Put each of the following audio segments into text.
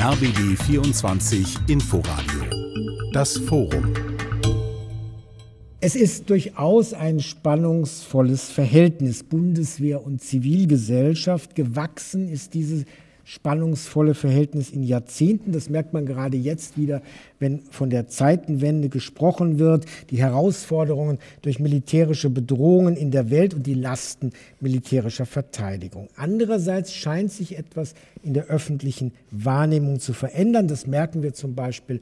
RBB 24 Inforadio. Das Forum. Es ist durchaus ein spannungsvolles Verhältnis Bundeswehr und Zivilgesellschaft. Gewachsen ist dieses spannungsvolle Verhältnis in Jahrzehnten. Das merkt man gerade jetzt wieder, wenn von der Zeitenwende gesprochen wird, die Herausforderungen durch militärische Bedrohungen in der Welt und die Lasten militärischer Verteidigung. Andererseits scheint sich etwas in der öffentlichen Wahrnehmung zu verändern. Das merken wir zum Beispiel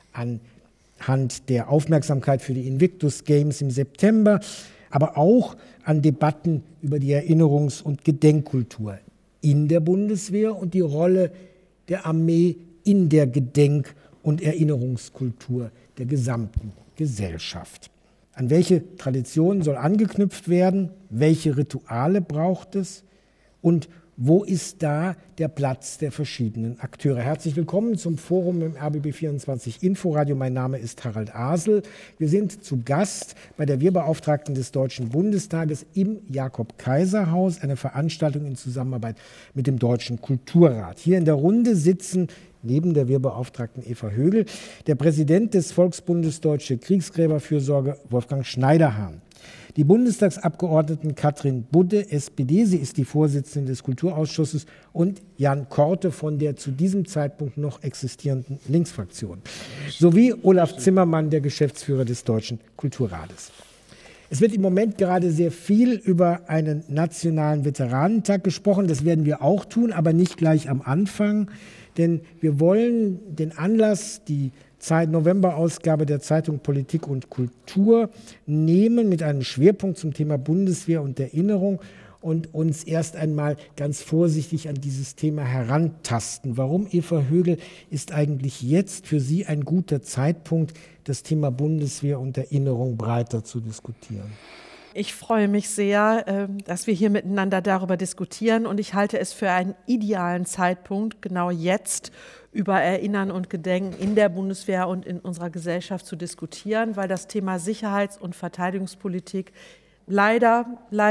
anhand der Aufmerksamkeit für die Invictus Games im September, aber auch an Debatten über die Erinnerungs- und Gedenkkultur in der Bundeswehr und die Rolle der Armee in der Gedenk- und Erinnerungskultur der gesamten Gesellschaft. An welche Traditionen soll angeknüpft werden? Welche Rituale braucht es? Und wo ist da der Platz der verschiedenen Akteure? Herzlich willkommen zum Forum im RBB 24 Inforadio. Mein Name ist Harald Asel. Wir sind zu Gast bei der Wehrbeauftragten des Deutschen Bundestages im Jakob-Kaiser-Haus, eine Veranstaltung in Zusammenarbeit mit dem Deutschen Kulturrat. Hier in der Runde sitzen neben der Wehrbeauftragten Eva Högel der Präsident des Volksbundes Deutsche Kriegsgräberfürsorge, Wolfgang Schneiderhan. Die Bundestagsabgeordneten Katrin Budde, SPD, sie ist die Vorsitzende des Kulturausschusses, und Jan Korte von der zu diesem Zeitpunkt noch existierenden Linksfraktion, sowie Olaf Zimmermann, der Geschäftsführer des Deutschen Kulturrates. Es wird im Moment gerade sehr viel über einen nationalen Veteranentag gesprochen. Das werden wir auch tun, aber nicht gleich am Anfang, denn wir wollen den Anlass, die November-Ausgabe der Zeitung Politik und Kultur nehmen mit einem Schwerpunkt zum Thema Bundeswehr und Erinnerung und uns erst einmal ganz vorsichtig an dieses Thema herantasten. Warum, Eva Högel, ist eigentlich jetzt für Sie ein guter Zeitpunkt, das Thema Bundeswehr und Erinnerung breiter zu diskutieren? Ich freue mich sehr, dass wir hier miteinander darüber diskutieren, und ich halte es für einen idealen Zeitpunkt, genau jetzt über Erinnern und Gedenken in der Bundeswehr und in unserer Gesellschaft zu diskutieren, weil das Thema Sicherheits- und Verteidigungspolitik leider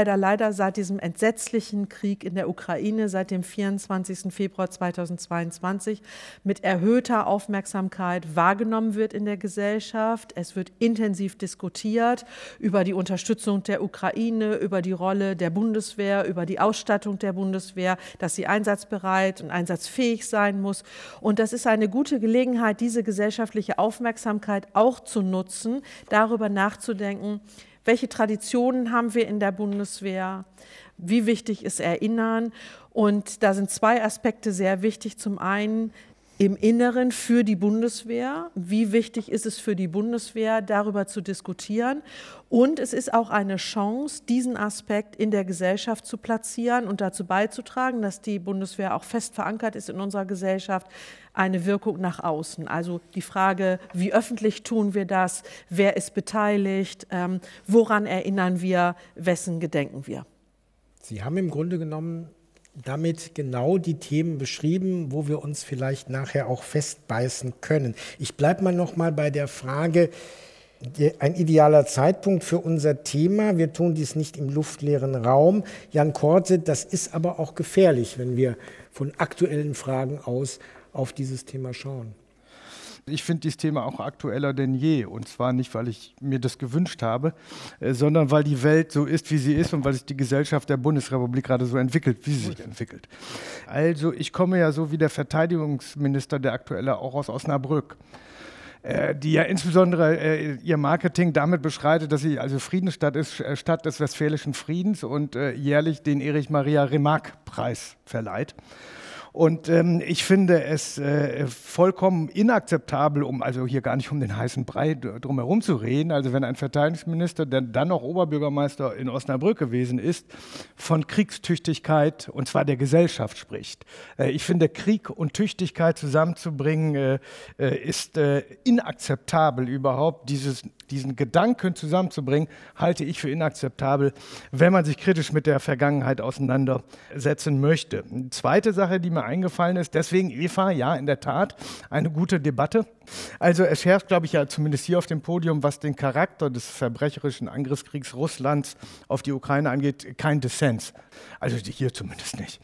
seit diesem entsetzlichen Krieg in der Ukraine, seit dem 24. Februar 2022 mit erhöhter Aufmerksamkeit wahrgenommen wird in der Gesellschaft. Es wird intensiv diskutiert über die Unterstützung der Ukraine, über die Rolle der Bundeswehr, über die Ausstattung der Bundeswehr, dass sie einsatzbereit und einsatzfähig sein muss. Und das ist eine gute Gelegenheit, diese gesellschaftliche Aufmerksamkeit auch zu nutzen, darüber nachzudenken, welche Traditionen haben wir in der Bundeswehr? Wie wichtig ist Erinnern? Und da sind zwei Aspekte sehr wichtig. Zum einen im Inneren für die Bundeswehr. Wie wichtig ist es für die Bundeswehr, darüber zu diskutieren? Und es ist auch eine Chance, diesen Aspekt in der Gesellschaft zu platzieren und dazu beizutragen, dass die Bundeswehr auch fest verankert ist in unserer Gesellschaft, eine Wirkung nach außen. Also die Frage, wie öffentlich tun wir das? Wer ist beteiligt? Woran erinnern wir? Wessen gedenken wir? Sie haben im Grunde genommen damit genau die Themen beschrieben, wo wir uns vielleicht nachher auch festbeißen können. Ich bleibe mal noch mal bei der Frage, ein idealer Zeitpunkt für unser Thema. Wir tun dies nicht im luftleeren Raum. Jan Korte, das ist aber auch gefährlich, wenn wir von aktuellen Fragen aus auf dieses Thema schauen. Ich finde dieses Thema auch aktueller denn je, und zwar nicht, weil ich mir das gewünscht habe, sondern weil die Welt so ist, wie sie ist, und weil sich die Gesellschaft der Bundesrepublik gerade so entwickelt, wie sie sich entwickelt. Also ich komme ja so wie der Verteidigungsminister, der aktuelle, auch aus Osnabrück, die ja insbesondere ihr Marketing damit beschreitet, dass sie also Friedensstadt ist, Stadt des Westfälischen Friedens, und jährlich den Erich-Maria-Remarque-Preis verleiht. Und ich finde es vollkommen inakzeptabel, also hier gar nicht um den heißen Brei drumherum zu reden, also wenn ein Verteidigungsminister, der dann noch Oberbürgermeister in Osnabrück gewesen ist, von Kriegstüchtigkeit, und zwar der Gesellschaft, spricht. Ich finde, Krieg und Tüchtigkeit zusammenzubringen, ist inakzeptabel überhaupt. Diesen Gedanken zusammenzubringen, halte ich für inakzeptabel, wenn man sich kritisch mit der Vergangenheit auseinandersetzen möchte. Eine zweite Sache, die mir eingefallen ist. Deswegen, Eva, ja, in der Tat, eine gute Debatte. Also es herrscht, glaube ich, ja zumindest hier auf dem Podium, was den Charakter des verbrecherischen Angriffskriegs Russlands auf die Ukraine angeht, kein Dissens. Also hier zumindest nicht.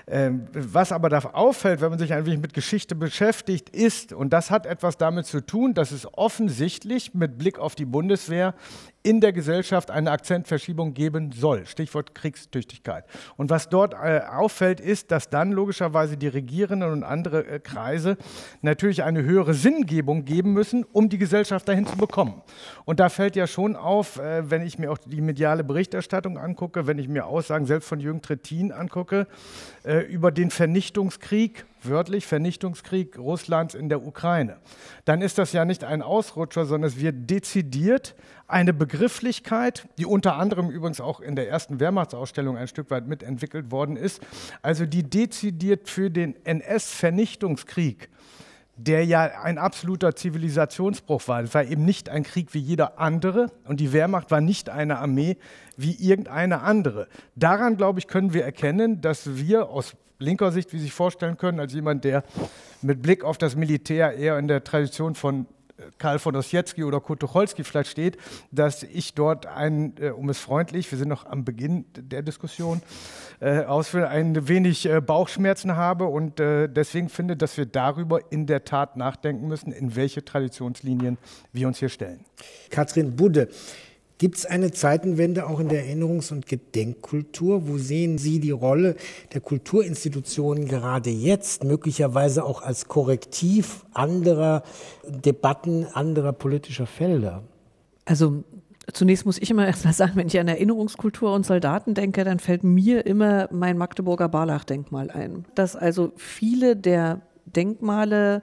Was aber da auffällt, wenn man sich ein wenig mit Geschichte beschäftigt, ist, und das hat etwas damit zu tun, dass es offensichtlich mit Blick auf die Bundeswehr in der Gesellschaft eine Akzentverschiebung geben soll. Stichwort Kriegstüchtigkeit. Und was dort auffällt, ist, dass dann logischerweise die Regierenden und andere Kreise natürlich eine höhere Sinngebung geben müssen, um die Gesellschaft dahin zu bekommen. Und da fällt ja schon auf, wenn ich mir auch die mediale Berichterstattung angucke, wenn ich mir Aussagen selbst von Jürgen Trittin angucke, über den Vernichtungskrieg, wörtlich Vernichtungskrieg Russlands in der Ukraine, dann ist das ja nicht ein Ausrutscher, sondern es wird dezidiert eine Begrifflichkeit, die unter anderem übrigens auch in der ersten Wehrmachtsausstellung ein Stück weit mitentwickelt worden ist, also die dezidiert für den NS-Vernichtungskrieg, der ja ein absoluter Zivilisationsbruch war. Das war eben nicht ein Krieg wie jeder andere und die Wehrmacht war nicht eine Armee wie irgendeine andere. Daran, glaube ich, können wir erkennen, dass wir aus linker Sicht, wie Sie sich vorstellen können, als jemand, der mit Blick auf das Militär eher in der Tradition von Karl von Ossietzky oder Kurt Tucholsky vielleicht steht, dass ich dort um es freundlich, wir sind noch am Beginn der Diskussion, ausführen, ein wenig Bauchschmerzen habe und deswegen finde, dass wir darüber in der Tat nachdenken müssen, in welche Traditionslinien wir uns hier stellen. Katrin Budde, gibt es eine Zeitenwende auch in der Erinnerungs- und Gedenkkultur? Wo sehen Sie die Rolle der Kulturinstitutionen gerade jetzt, möglicherweise auch als Korrektiv anderer Debatten, anderer politischer Felder? Also zunächst muss ich immer erst mal sagen, wenn ich an Erinnerungskultur und Soldaten denke, dann fällt mir immer mein Magdeburger Barlach-Denkmal ein. Dass also viele der Denkmale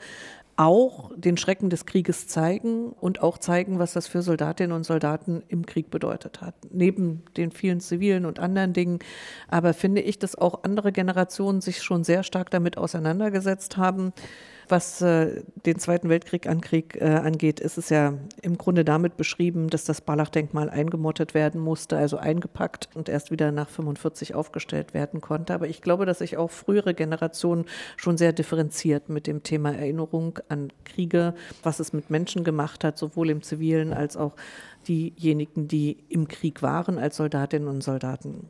auch den Schrecken des Krieges zeigen und auch zeigen, was das für Soldatinnen und Soldaten im Krieg bedeutet hat. Neben den vielen zivilen und anderen Dingen. Aber finde ich, dass auch andere Generationen sich schon sehr stark damit auseinandergesetzt haben. Was den Zweiten Weltkrieg angeht, ist es ja im Grunde damit beschrieben, dass das Barlach-Denkmal eingemottet werden musste, also eingepackt und erst wieder nach 1945 aufgestellt werden konnte. Aber ich glaube, dass sich auch frühere Generationen schon sehr differenziert mit dem Thema Erinnerung an Kriege, was es mit Menschen gemacht hat, sowohl im Zivilen als auch diejenigen, die im Krieg waren als Soldatinnen und Soldaten.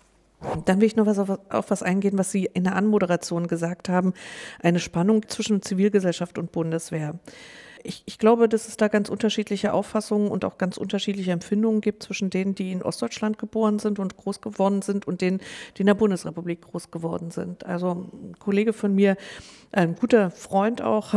Dann will ich noch auf was eingehen, was Sie in der Anmoderation gesagt haben, eine Spannung zwischen Zivilgesellschaft und Bundeswehr. Ich glaube, dass es da ganz unterschiedliche Auffassungen und auch ganz unterschiedliche Empfindungen gibt zwischen denen, die in Ostdeutschland geboren sind und groß geworden sind und denen, die in der Bundesrepublik groß geworden sind. Also ein Kollege von mir, ein guter Freund auch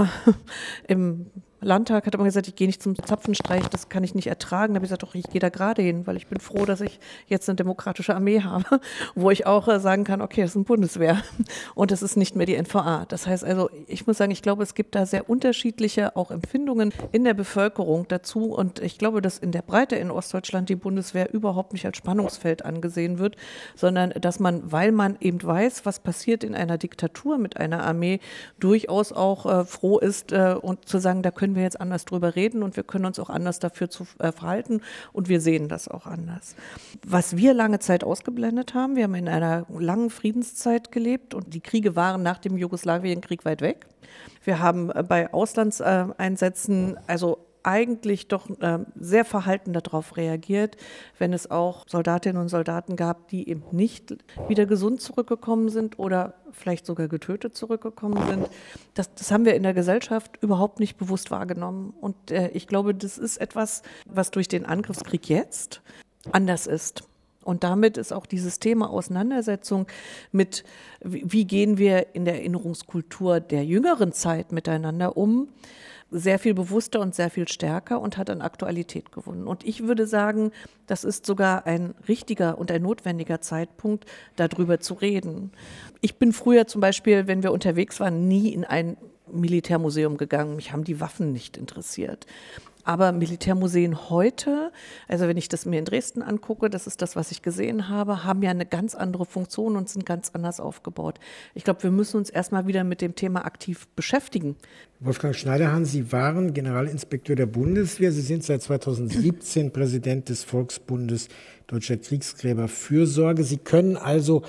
im Landtag hat immer gesagt, ich gehe nicht zum Zapfenstreich, das kann ich nicht ertragen. Da habe ich gesagt, doch, ich gehe da gerade hin, weil ich bin froh, dass ich jetzt eine demokratische Armee habe, wo ich auch sagen kann, okay, das ist eine Bundeswehr und das ist nicht mehr die NVA. Das heißt also, ich muss sagen, ich glaube, es gibt da sehr unterschiedliche auch Empfindungen in der Bevölkerung dazu und ich glaube, dass in der Breite in Ostdeutschland die Bundeswehr überhaupt nicht als Spannungsfeld angesehen wird, sondern dass man, weil man eben weiß, was passiert in einer Diktatur mit einer Armee, durchaus auch froh ist und zu sagen, da können wir jetzt anders drüber reden und wir können uns auch anders dafür verhalten und wir sehen das auch anders. Was wir lange Zeit ausgeblendet haben, wir haben in einer langen Friedenszeit gelebt und die Kriege waren nach dem Jugoslawienkrieg weit weg. Wir haben bei Auslandseinsätzen also eigentlich doch sehr verhalten darauf reagiert, wenn es auch Soldatinnen und Soldaten gab, die eben nicht wieder gesund zurückgekommen sind oder vielleicht sogar getötet zurückgekommen sind. Das haben wir in der Gesellschaft überhaupt nicht bewusst wahrgenommen. Und ich glaube, das ist etwas, was durch den Angriffskrieg jetzt anders ist. Und damit ist auch dieses Thema Auseinandersetzung mit, wie gehen wir in der Erinnerungskultur der jüngeren Zeit miteinander um, sehr viel bewusster und sehr viel stärker und hat an Aktualität gewonnen. Und ich würde sagen, das ist sogar ein richtiger und ein notwendiger Zeitpunkt, darüber zu reden. Ich bin früher zum Beispiel, wenn wir unterwegs waren, nie in ein Militärmuseum gegangen. Mich haben die Waffen nicht interessiert. Aber Militärmuseen heute, also wenn ich das mir in Dresden angucke, das ist das, was ich gesehen habe, haben ja eine ganz andere Funktion und sind ganz anders aufgebaut. Ich glaube, wir müssen uns erstmal wieder mit dem Thema aktiv beschäftigen. Wolfgang Schneiderhan, Sie waren Generalinspekteur der Bundeswehr. Sie sind seit 2017 Präsident des Volksbundes Deutscher Kriegsgräberfürsorge. Sie können also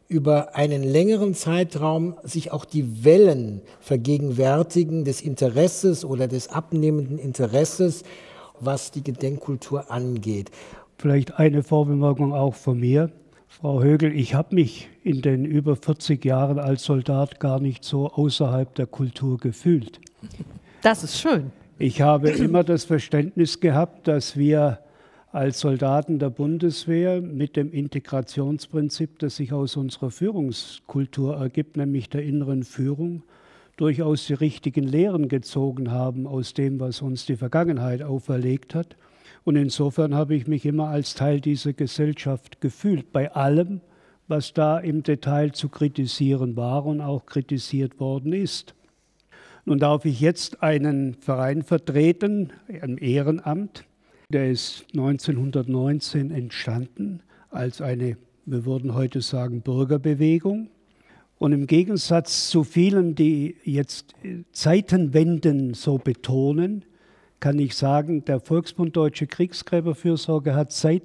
über einen längeren Zeitraum sich auch die Wellen vergegenwärtigen des Interesses oder des abnehmenden Interesses, was die Gedenkkultur angeht. Vielleicht eine Vorbemerkung auch von mir. Frau Högel, ich habe mich in den über 40 Jahren als Soldat gar nicht so außerhalb der Kultur gefühlt. Das ist schön. Ich habe immer das Verständnis gehabt, dass wir als Soldaten der Bundeswehr mit dem Integrationsprinzip, das sich aus unserer Führungskultur ergibt, nämlich der inneren Führung, durchaus die richtigen Lehren gezogen haben aus dem, was uns die Vergangenheit auferlegt hat. Und insofern habe ich mich immer als Teil dieser Gesellschaft gefühlt, bei allem, was da im Detail zu kritisieren war und auch kritisiert worden ist. Nun darf ich jetzt einen Verein vertreten, ein Ehrenamt. Der ist 1919 entstanden als eine, wir würden heute sagen, Bürgerbewegung. Und im Gegensatz zu vielen, die jetzt Zeitenwenden so betonen, kann ich sagen, der Volksbund Deutsche Kriegsgräberfürsorge hat seit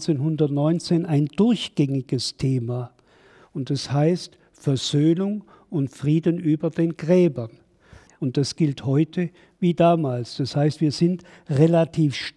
1919 ein durchgängiges Thema. Und das heißt Versöhnung und Frieden über den Gräbern. Und das gilt heute wie damals. Das heißt, wir sind relativ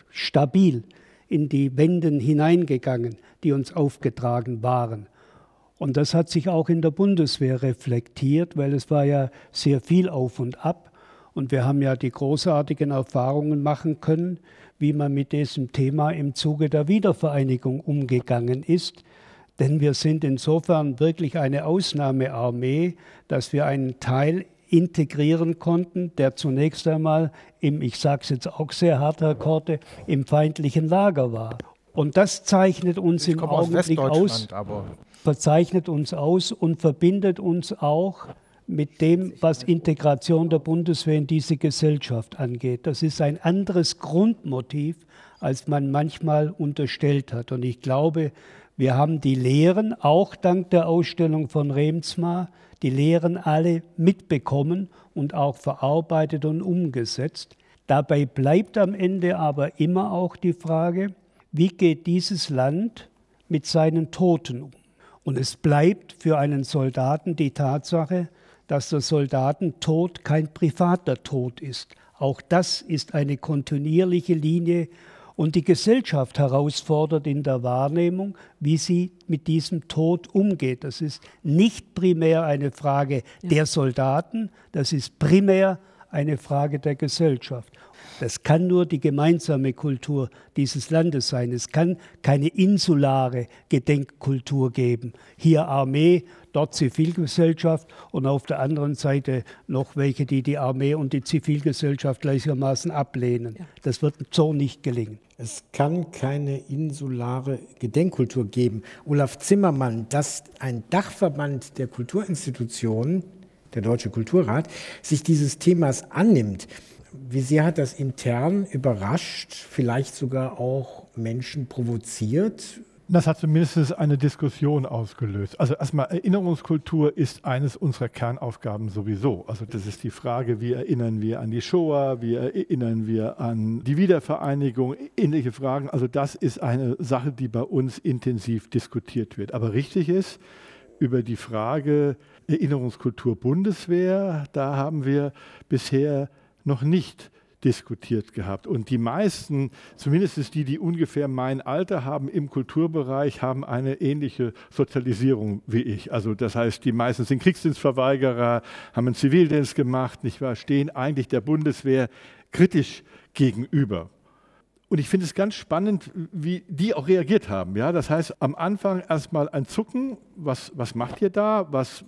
stabil in die Wenden hineingegangen, die uns aufgetragen waren. Und das hat sich auch in der Bundeswehr reflektiert, weil es war ja sehr viel auf und ab. Und wir haben ja die großartigen Erfahrungen machen können, wie man mit diesem Thema im Zuge der Wiedervereinigung umgegangen ist. Denn wir sind insofern wirklich eine Ausnahmearmee, dass wir einen Teil integrieren konnten, der zunächst einmal ich sage es jetzt auch sehr hart, Herr Korte, im feindlichen Lager war. Und das zeichnet uns im Augenblick aus, verzeichnet uns aus und verbindet uns auch mit dem, was Integration der Bundeswehr in diese Gesellschaft angeht. Das ist ein anderes Grundmotiv, als man manchmal unterstellt hat. Und ich glaube, wir haben die Lehren, auch dank der Ausstellung von Reemtsma, die Lehren alle mitbekommen und auch verarbeitet und umgesetzt. Dabei bleibt am Ende aber immer auch die Frage, wie geht dieses Land mit seinen Toten um? Und es bleibt für einen Soldaten die Tatsache, dass der Soldatentod kein privater Tod ist. Auch das ist eine kontinuierliche Linie und die Gesellschaft herausfordert in der Wahrnehmung, wie sie mit diesem Tod umgeht. Das ist nicht primär eine Frage der Soldaten, das ist primär eine Frage der Gesellschaft. Das kann nur die gemeinsame Kultur dieses Landes sein. Es kann keine insulare Gedenkkultur geben. Hier Armee, dort Zivilgesellschaft und auf der anderen Seite noch welche, die die Armee und die Zivilgesellschaft gleichermaßen ablehnen. Ja. Das wird so nicht gelingen. Es kann keine insulare Gedenkkultur geben. Olaf Zimmermann, dass ein Dachverband der Kulturinstitutionen, der Deutsche Kulturrat, sich dieses Themas annimmt, wie sehr hat das intern überrascht, vielleicht sogar auch Menschen provoziert? Das hat zumindest eine Diskussion ausgelöst. Also erstmal, Erinnerungskultur ist eines unserer Kernaufgaben sowieso. Also das ist die Frage, wie erinnern wir an die Shoah, wie erinnern wir an die Wiedervereinigung, ähnliche Fragen. Also das ist eine Sache, die bei uns intensiv diskutiert wird. Aber richtig ist, über die Frage Erinnerungskultur Bundeswehr, da haben wir bisher noch nicht diskutiert gehabt. Und die meisten, zumindest die ungefähr mein Alter haben im Kulturbereich, haben eine ähnliche Sozialisierung wie ich. Also das heißt, die meisten sind Kriegsdienstverweigerer, haben einen Zivildienst gemacht, nicht wahr, stehen eigentlich der Bundeswehr kritisch gegenüber. Und ich finde es ganz spannend, wie die auch reagiert haben. Ja? Das heißt, am Anfang erstmal ein Zucken, was macht ihr da, was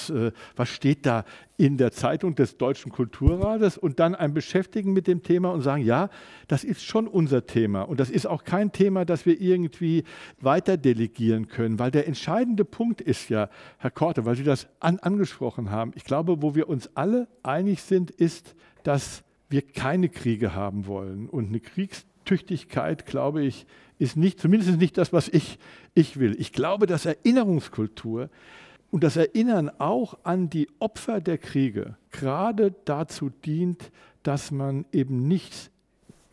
steht da in der Zeitung des Deutschen Kulturrates, und dann ein Beschäftigen mit dem Thema und sagen, ja, das ist schon unser Thema und das ist auch kein Thema, das wir irgendwie weiter delegieren können, weil der entscheidende Punkt ist ja, Herr Korte, weil Sie das angesprochen haben, ich glaube, wo wir uns alle einig sind, ist, dass wir keine Kriege haben wollen und eine Kriegstüchtigkeit, glaube ich, ist nicht, zumindest nicht das, was ich will. Ich glaube, dass Erinnerungskultur und das Erinnern auch an die Opfer der Kriege gerade dazu dient, dass man eben nicht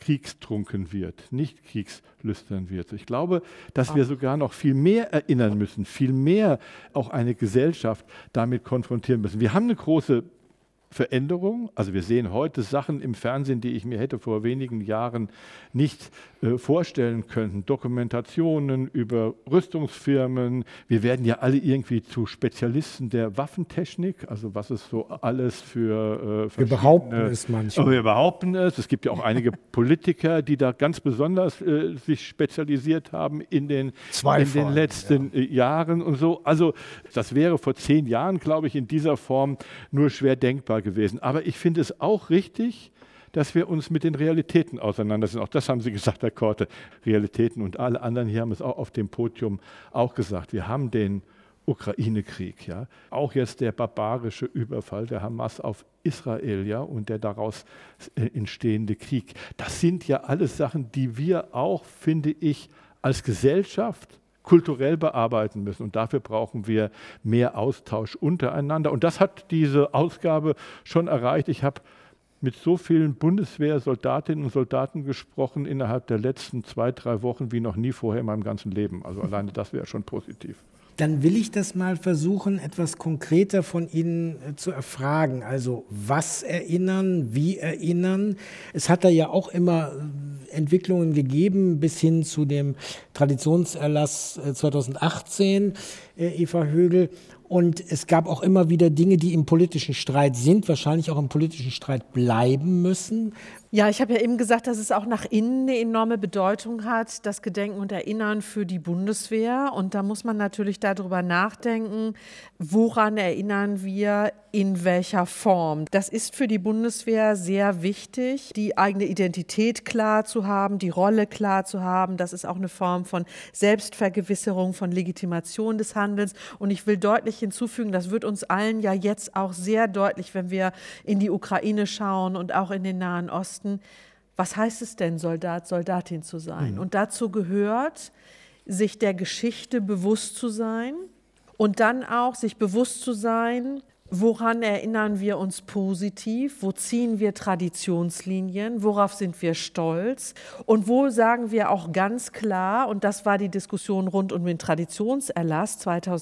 kriegstrunken wird, nicht kriegslüstern wird. Ich glaube, dass wir sogar noch viel mehr erinnern müssen, viel mehr auch eine Gesellschaft damit konfrontieren müssen. Wir haben eine große Veränderung. Also wir sehen heute Sachen im Fernsehen, die ich mir hätte vor wenigen Jahren nicht vorstellen können. Dokumentationen über Rüstungsfirmen. Wir werden ja alle irgendwie zu Spezialisten der Waffentechnik. Also was es so alles für wir behaupten es manchmal. Wir behaupten es. Es gibt ja auch einige Politiker, die da ganz besonders sich spezialisiert haben in den letzten Jahren und so. Also das wäre vor 10 Jahren, glaube ich, in dieser Form nur schwer denkbar gewesen. Aber ich finde es auch richtig, dass wir uns mit den Realitäten auseinandersetzen. Auch das haben Sie gesagt, Herr Korte. Realitäten, und alle anderen hier haben es auch auf dem Podium auch gesagt. Wir haben den Ukraine-Krieg, ja. Auch jetzt der barbarische Überfall der Hamas auf Israel, ja, und der daraus entstehende Krieg. Das sind ja alles Sachen, die wir auch, finde ich, als Gesellschaft kulturell bearbeiten müssen. Und dafür brauchen wir mehr Austausch untereinander. Und das hat diese Ausgabe schon erreicht. Ich habe mit so vielen Bundeswehrsoldatinnen und Soldaten gesprochen innerhalb der letzten 2-3 Wochen wie noch nie vorher in meinem ganzen Leben. Also alleine das wäre schon positiv. Dann will ich das mal versuchen, etwas konkreter von Ihnen zu erfragen. Also was erinnern, wie erinnern? Es hat da ja auch immer Entwicklungen gegeben bis hin zu dem Traditionserlass 2018, Eva Högel. Und es gab auch immer wieder Dinge, die im politischen Streit sind, wahrscheinlich auch im politischen Streit bleiben müssen. Ja, ich habe ja eben gesagt, dass es auch nach innen eine enorme Bedeutung hat, das Gedenken und Erinnern für die Bundeswehr. Und da muss man natürlich darüber nachdenken, woran erinnern wir, in welcher Form. Das ist für die Bundeswehr sehr wichtig, die eigene Identität klar zu haben, die Rolle klar zu haben. Das ist auch eine Form von Selbstvergewisserung, von Legitimation des Handelns. Und ich will deutlich hinzufügen, das wird uns allen ja jetzt auch sehr deutlich, wenn wir in die Ukraine schauen und auch in den Nahen Osten. Was heißt es denn, Soldat, Soldatin zu sein? Und dazu gehört, sich der Geschichte bewusst zu sein und dann auch sich bewusst zu sein, woran erinnern wir uns positiv, wo ziehen wir Traditionslinien, worauf sind wir stolz und wo sagen wir auch ganz klar, und das war die Diskussion rund um den Traditionserlass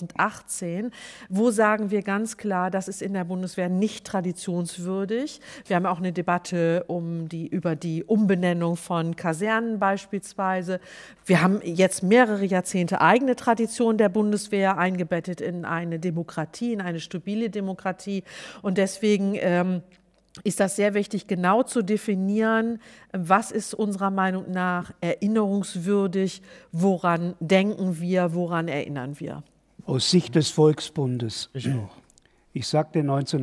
2018, wo sagen wir ganz klar, das ist in der Bundeswehr nicht traditionswürdig. Wir haben auch eine Debatte über die Umbenennung von Kasernen beispielsweise. Wir haben jetzt mehrere Jahrzehnte eigene Tradition der Bundeswehr eingebettet in eine Demokratie, in eine stabile Demokratie. Und deswegen ist das sehr wichtig, genau zu definieren, was ist unserer Meinung nach erinnerungswürdig, woran denken wir, woran erinnern wir. Aus Sicht des Volksbundes. Ich sagte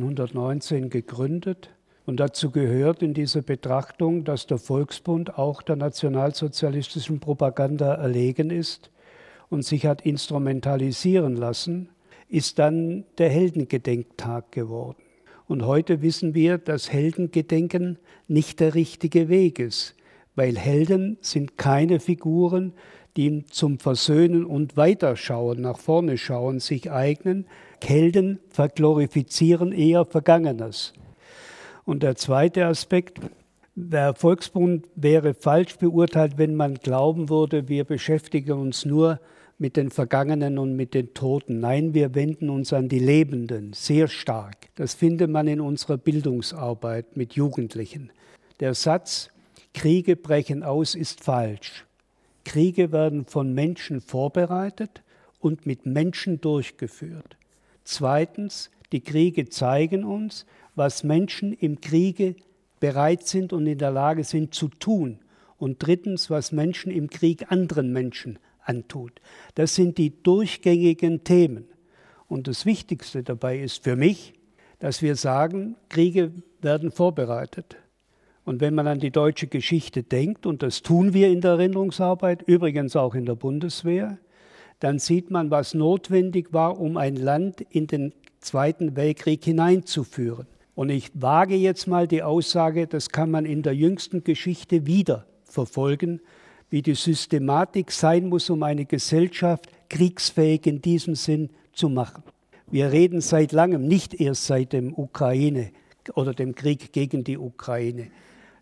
1919 gegründet. Und dazu gehört in dieser Betrachtung, dass der Volksbund auch der nationalsozialistischen Propaganda erlegen ist und sich hat instrumentalisieren lassen, ist dann der Heldengedenktag geworden. Und heute wissen wir, dass Heldengedenken nicht der richtige Weg ist, weil Helden sind keine Figuren, die zum Versöhnen und Weiterschauen, nach vorne schauen, sich eignen. Helden verglorifizieren eher Vergangenes. Und der zweite Aspekt, der Volksbund wäre falsch beurteilt, wenn man glauben würde, wir beschäftigen uns nur mit den Vergangenen und mit den Toten. Nein, wir wenden uns an die Lebenden sehr stark. Das findet man in unserer Bildungsarbeit mit Jugendlichen. Der Satz, Kriege brechen aus, ist falsch. Kriege werden von Menschen vorbereitet und mit Menschen durchgeführt. Zweitens, die Kriege zeigen uns, was Menschen im Kriege bereit sind und in der Lage sind zu tun. Und drittens, was Menschen im Krieg anderen Menschen antut. Das sind die durchgängigen Themen. Und das Wichtigste dabei ist für mich, dass wir sagen, Kriege werden vorbereitet. Und wenn man an die deutsche Geschichte denkt, und das tun wir in der Erinnerungsarbeit, übrigens auch in der Bundeswehr, dann sieht man, was notwendig war, um ein Land in den Zweiten Weltkrieg hineinzuführen. Und ich wage jetzt mal die Aussage, das kann man in der jüngsten Geschichte wieder verfolgen, wie die Systematik sein muss, um eine Gesellschaft kriegsfähig in diesem Sinn zu machen. Wir reden seit langem, nicht erst seit dem Ukraine oder dem Krieg gegen die Ukraine,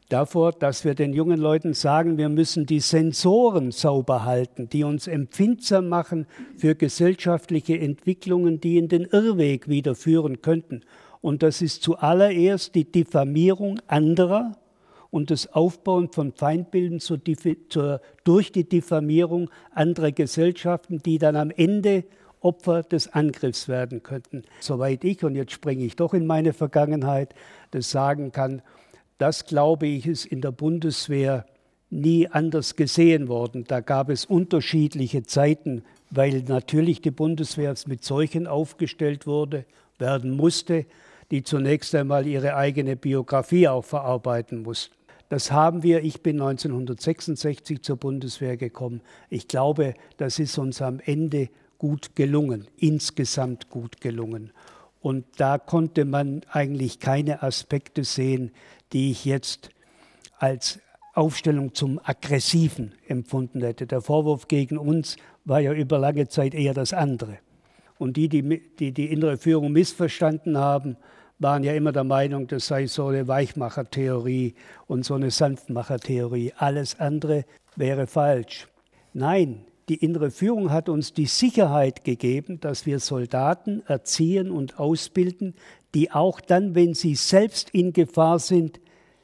davor, dass wir den jungen Leuten sagen, wir müssen die Sensoren sauber halten, die uns empfindsam machen für gesellschaftliche Entwicklungen, die in den Irrweg wieder führen könnten. Und das ist zuallererst die Diffamierung anderer und das Aufbauen von Feindbildern durch die Diffamierung anderer Gesellschaften, die dann am Ende Opfer des Angriffs werden könnten. Soweit ich, und jetzt springe ich doch in meine Vergangenheit, das sagen kann, das, glaube ich, ist in der Bundeswehr nie anders gesehen worden. Da gab es unterschiedliche Zeiten, weil natürlich die Bundeswehr mit solchen aufgestellt werden musste, die zunächst einmal ihre eigene Biografie auch verarbeiten mussten. Das haben wir. Ich bin 1966 zur Bundeswehr gekommen. Ich glaube, das ist uns am Ende gut gelungen, insgesamt gut gelungen. Und da konnte man eigentlich keine Aspekte sehen, die ich jetzt als Aufstellung zum Aggressiven empfunden hätte. Der Vorwurf gegen uns war ja über lange Zeit eher das andere. Und die innere Führung missverstanden haben, waren ja immer der Meinung, das sei so eine Weichmachertheorie und so eine Sanftmachertheorie. Alles andere wäre falsch. Nein, die innere Führung hat uns die Sicherheit gegeben, dass wir Soldaten erziehen und ausbilden, die auch dann, wenn sie selbst in Gefahr sind,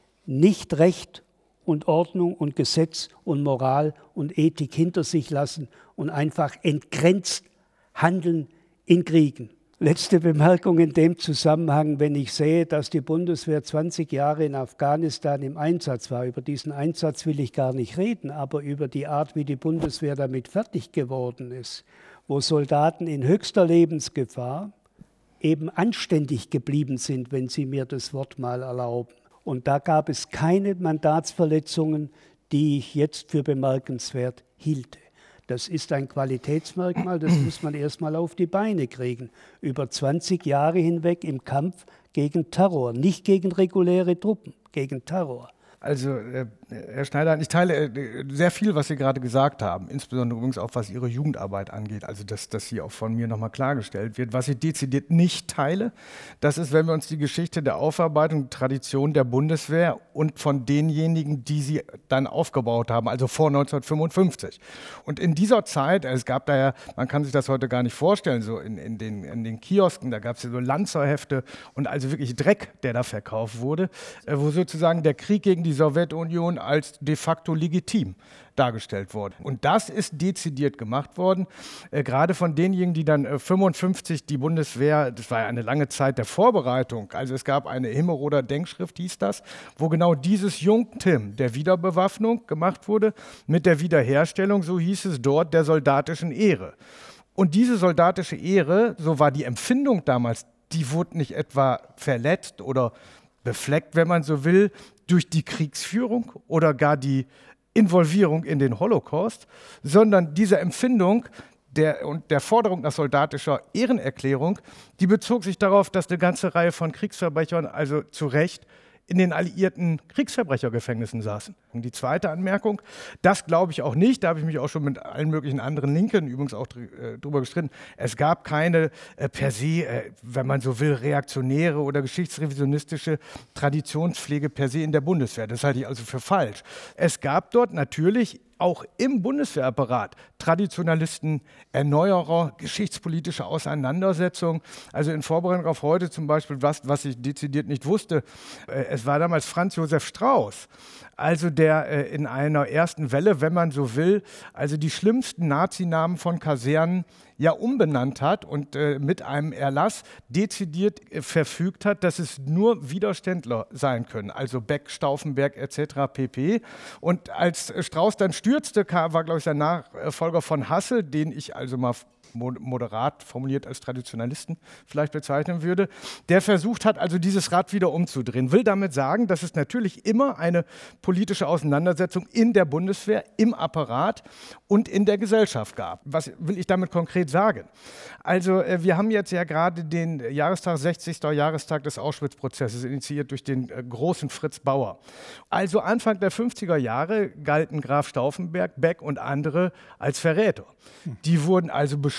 nicht Recht und Ordnung und Gesetz und Moral und Ethik hinter sich lassen und einfach entgrenzt handeln in Kriegen. Letzte Bemerkung in dem Zusammenhang, wenn ich sehe, dass die Bundeswehr 20 Jahre in Afghanistan im Einsatz war. Über diesen Einsatz will ich gar nicht reden, aber über die Art, wie die Bundeswehr damit fertig geworden ist, wo Soldaten in höchster Lebensgefahr eben anständig geblieben sind, wenn Sie mir das Wort mal erlauben. Und da gab es keine Mandatsverletzungen, die ich jetzt für bemerkenswert hielte. Das ist ein Qualitätsmerkmal, das muss man erst mal auf die Beine kriegen. Über 20 Jahre hinweg im Kampf gegen Terror, nicht gegen reguläre Truppen, gegen Terror. Also, Herr Schneider, ich teile sehr viel, was Sie gerade gesagt haben, insbesondere übrigens auch, was Ihre Jugendarbeit angeht, also dass hier auch von mir nochmal klargestellt wird. Was ich dezidiert nicht teile, das ist, wenn wir uns die Geschichte der Aufarbeitung, Tradition der Bundeswehr und von denjenigen, die sie dann aufgebaut haben, also vor 1955. Und in dieser Zeit, es gab da ja, man kann sich das heute gar nicht vorstellen, so in den Kiosken, da gab es ja so Lanzerhefte und also wirklich Dreck, der da verkauft wurde, wo sozusagen der Krieg gegen die Sowjetunion als de facto legitim dargestellt worden. Und das ist dezidiert gemacht worden, gerade von denjenigen, die dann 55 die Bundeswehr, das war ja eine lange Zeit der Vorbereitung, also es gab eine Himmelroder Denkschrift, hieß das, wo genau dieses Jungtim der Wiederbewaffnung gemacht wurde, mit der Wiederherstellung, so hieß es dort, der soldatischen Ehre. Und diese soldatische Ehre, so war die Empfindung damals, die wurde nicht etwa verletzt oder befleckt, wenn man so will, durch die Kriegsführung oder gar die Involvierung in den Holocaust, sondern diese Empfindung der Forderung nach soldatischer Ehrenerklärung, die bezog sich darauf, dass eine ganze Reihe von Kriegsverbrechern, also zu Recht, in den alliierten Kriegsverbrechergefängnissen saßen. Und die zweite Anmerkung, das glaube ich auch nicht, da habe ich mich auch schon mit allen möglichen anderen Linken übrigens auch drüber gestritten, es gab keine per se, wenn man so will, reaktionäre oder geschichtsrevisionistische Traditionspflege per se in der Bundeswehr. Das halte ich also für falsch. Es gab dort natürlich auch im Bundeswehrapparat Traditionalisten, Erneuerer, geschichtspolitische Auseinandersetzungen. Also in Vorbereitung auf heute zum Beispiel, was ich dezidiert nicht wusste, es war damals Franz Josef Strauß, also der in einer ersten Welle, wenn man so will, also die schlimmsten Nazinamen von Kasernen ja umbenannt hat und mit einem Erlass dezidiert verfügt hat, dass es nur Widerständler sein können, also Beck, Stauffenberg etc. pp. Und als Strauß dann stürzte, war, glaube ich, der Nachfolger von Hassel, den ich also mal moderat formuliert als Traditionalisten vielleicht bezeichnen würde, der versucht hat, also dieses Rad wieder umzudrehen. Will damit sagen, dass es natürlich immer eine politische Auseinandersetzung in der Bundeswehr, im Apparat und in der Gesellschaft gab. Was will ich damit konkret sagen? Also wir haben jetzt ja gerade den Jahrestag, 60. Jahrestag des Auschwitz-Prozesses, initiiert durch den großen Fritz Bauer. Also Anfang der 50er Jahre galten Graf Stauffenberg, Beck und andere als Verräter. Die wurden also beschuldigt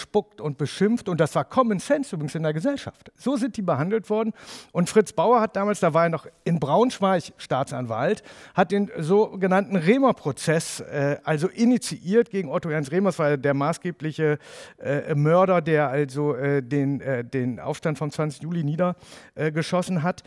bespuckt und beschimpft und das war Common Sense übrigens in der Gesellschaft. So sind die behandelt worden und Fritz Bauer hat damals, da war er noch in Braunschweig Staatsanwalt, hat den sogenannten Rehmer-Prozess also initiiert gegen Otto Ernst Rehmer, das war der maßgebliche Mörder, der also den Aufstand vom 20. Juli niedergeschossen hat.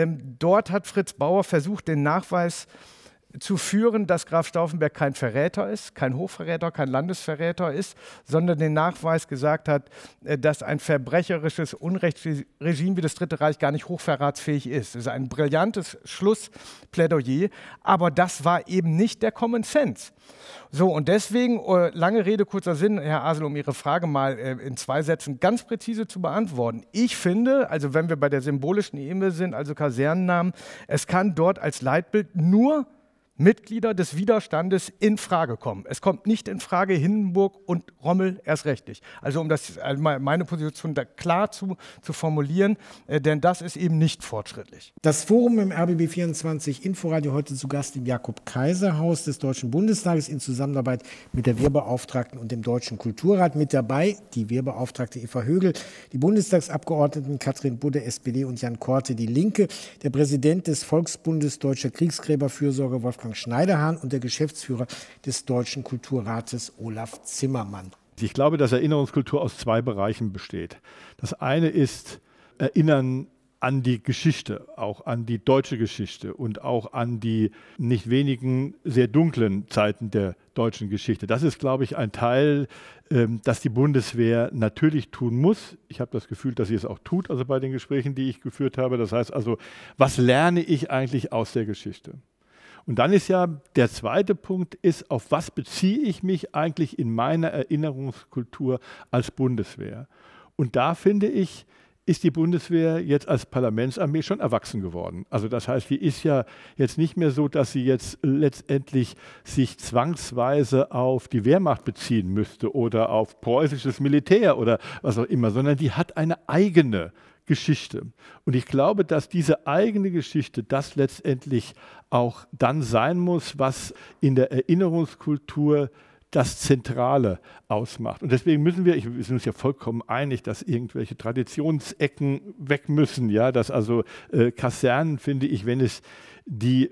Dort hat Fritz Bauer versucht, den Nachweis zu führen, dass Graf Stauffenberg kein Verräter ist, kein Hochverräter, kein Landesverräter ist, sondern den Nachweis gesagt hat, dass ein verbrecherisches Unrechtsregime wie das Dritte Reich gar nicht hochverratsfähig ist. Das ist ein brillantes Schlussplädoyer, aber das war eben nicht der Common Sense. So, und deswegen, lange Rede, kurzer Sinn, Herr Asel, um Ihre Frage mal in 2 Sätzen ganz präzise zu beantworten. Ich finde, also wenn wir bei der symbolischen Ebene sind, also Kasernennamen, es kann dort als Leitbild nur Mitglieder des Widerstandes in Frage kommen. Es kommt nicht in Frage Hindenburg und Rommel erst recht nicht. Also um das meine Position da klar zu formulieren, denn das ist eben nicht fortschrittlich. Das Forum im RBB 24 Inforadio heute zu Gast im Jakob-Kaiser-Haus des Deutschen Bundestages in Zusammenarbeit mit der Wehrbeauftragten und dem Deutschen Kulturrat. Mit dabei die Wehrbeauftragte Eva Högel, die Bundestagsabgeordneten Katrin Budde, SPD und Jan Korte, die Linke, der Präsident des Volksbundes Deutscher Kriegsgräberfürsorge Wolfgang Schneiderhahn und der Geschäftsführer des Deutschen Kulturrates Olaf Zimmermann. Ich glaube, dass Erinnerungskultur aus 2 Bereichen besteht. Das eine ist Erinnern an die Geschichte, auch an die deutsche Geschichte und auch an die nicht wenigen sehr dunklen Zeiten der deutschen Geschichte. Das ist, glaube ich, ein Teil, das die Bundeswehr natürlich tun muss. Ich habe das Gefühl, dass sie es auch tut, also bei den Gesprächen, die ich geführt habe. Das heißt also, was lerne ich eigentlich aus der Geschichte? Und dann ist ja der zweite Punkt, ist, auf was beziehe ich mich eigentlich in meiner Erinnerungskultur als Bundeswehr? Und da finde ich, ist die Bundeswehr jetzt als Parlamentsarmee schon erwachsen geworden. Also das heißt, die ist ja jetzt nicht mehr so, dass sie jetzt letztendlich sich zwangsweise auf die Wehrmacht beziehen müsste oder auf preußisches Militär oder was auch immer, sondern die hat eine eigene Geschichte. Und ich glaube, dass diese eigene Geschichte das letztendlich auch dann sein muss, was in der Erinnerungskultur das Zentrale ausmacht. Und deswegen wir sind uns ja vollkommen einig, dass irgendwelche Traditionsecken weg müssen. Ja, dass also Kasernen, finde ich, wenn es die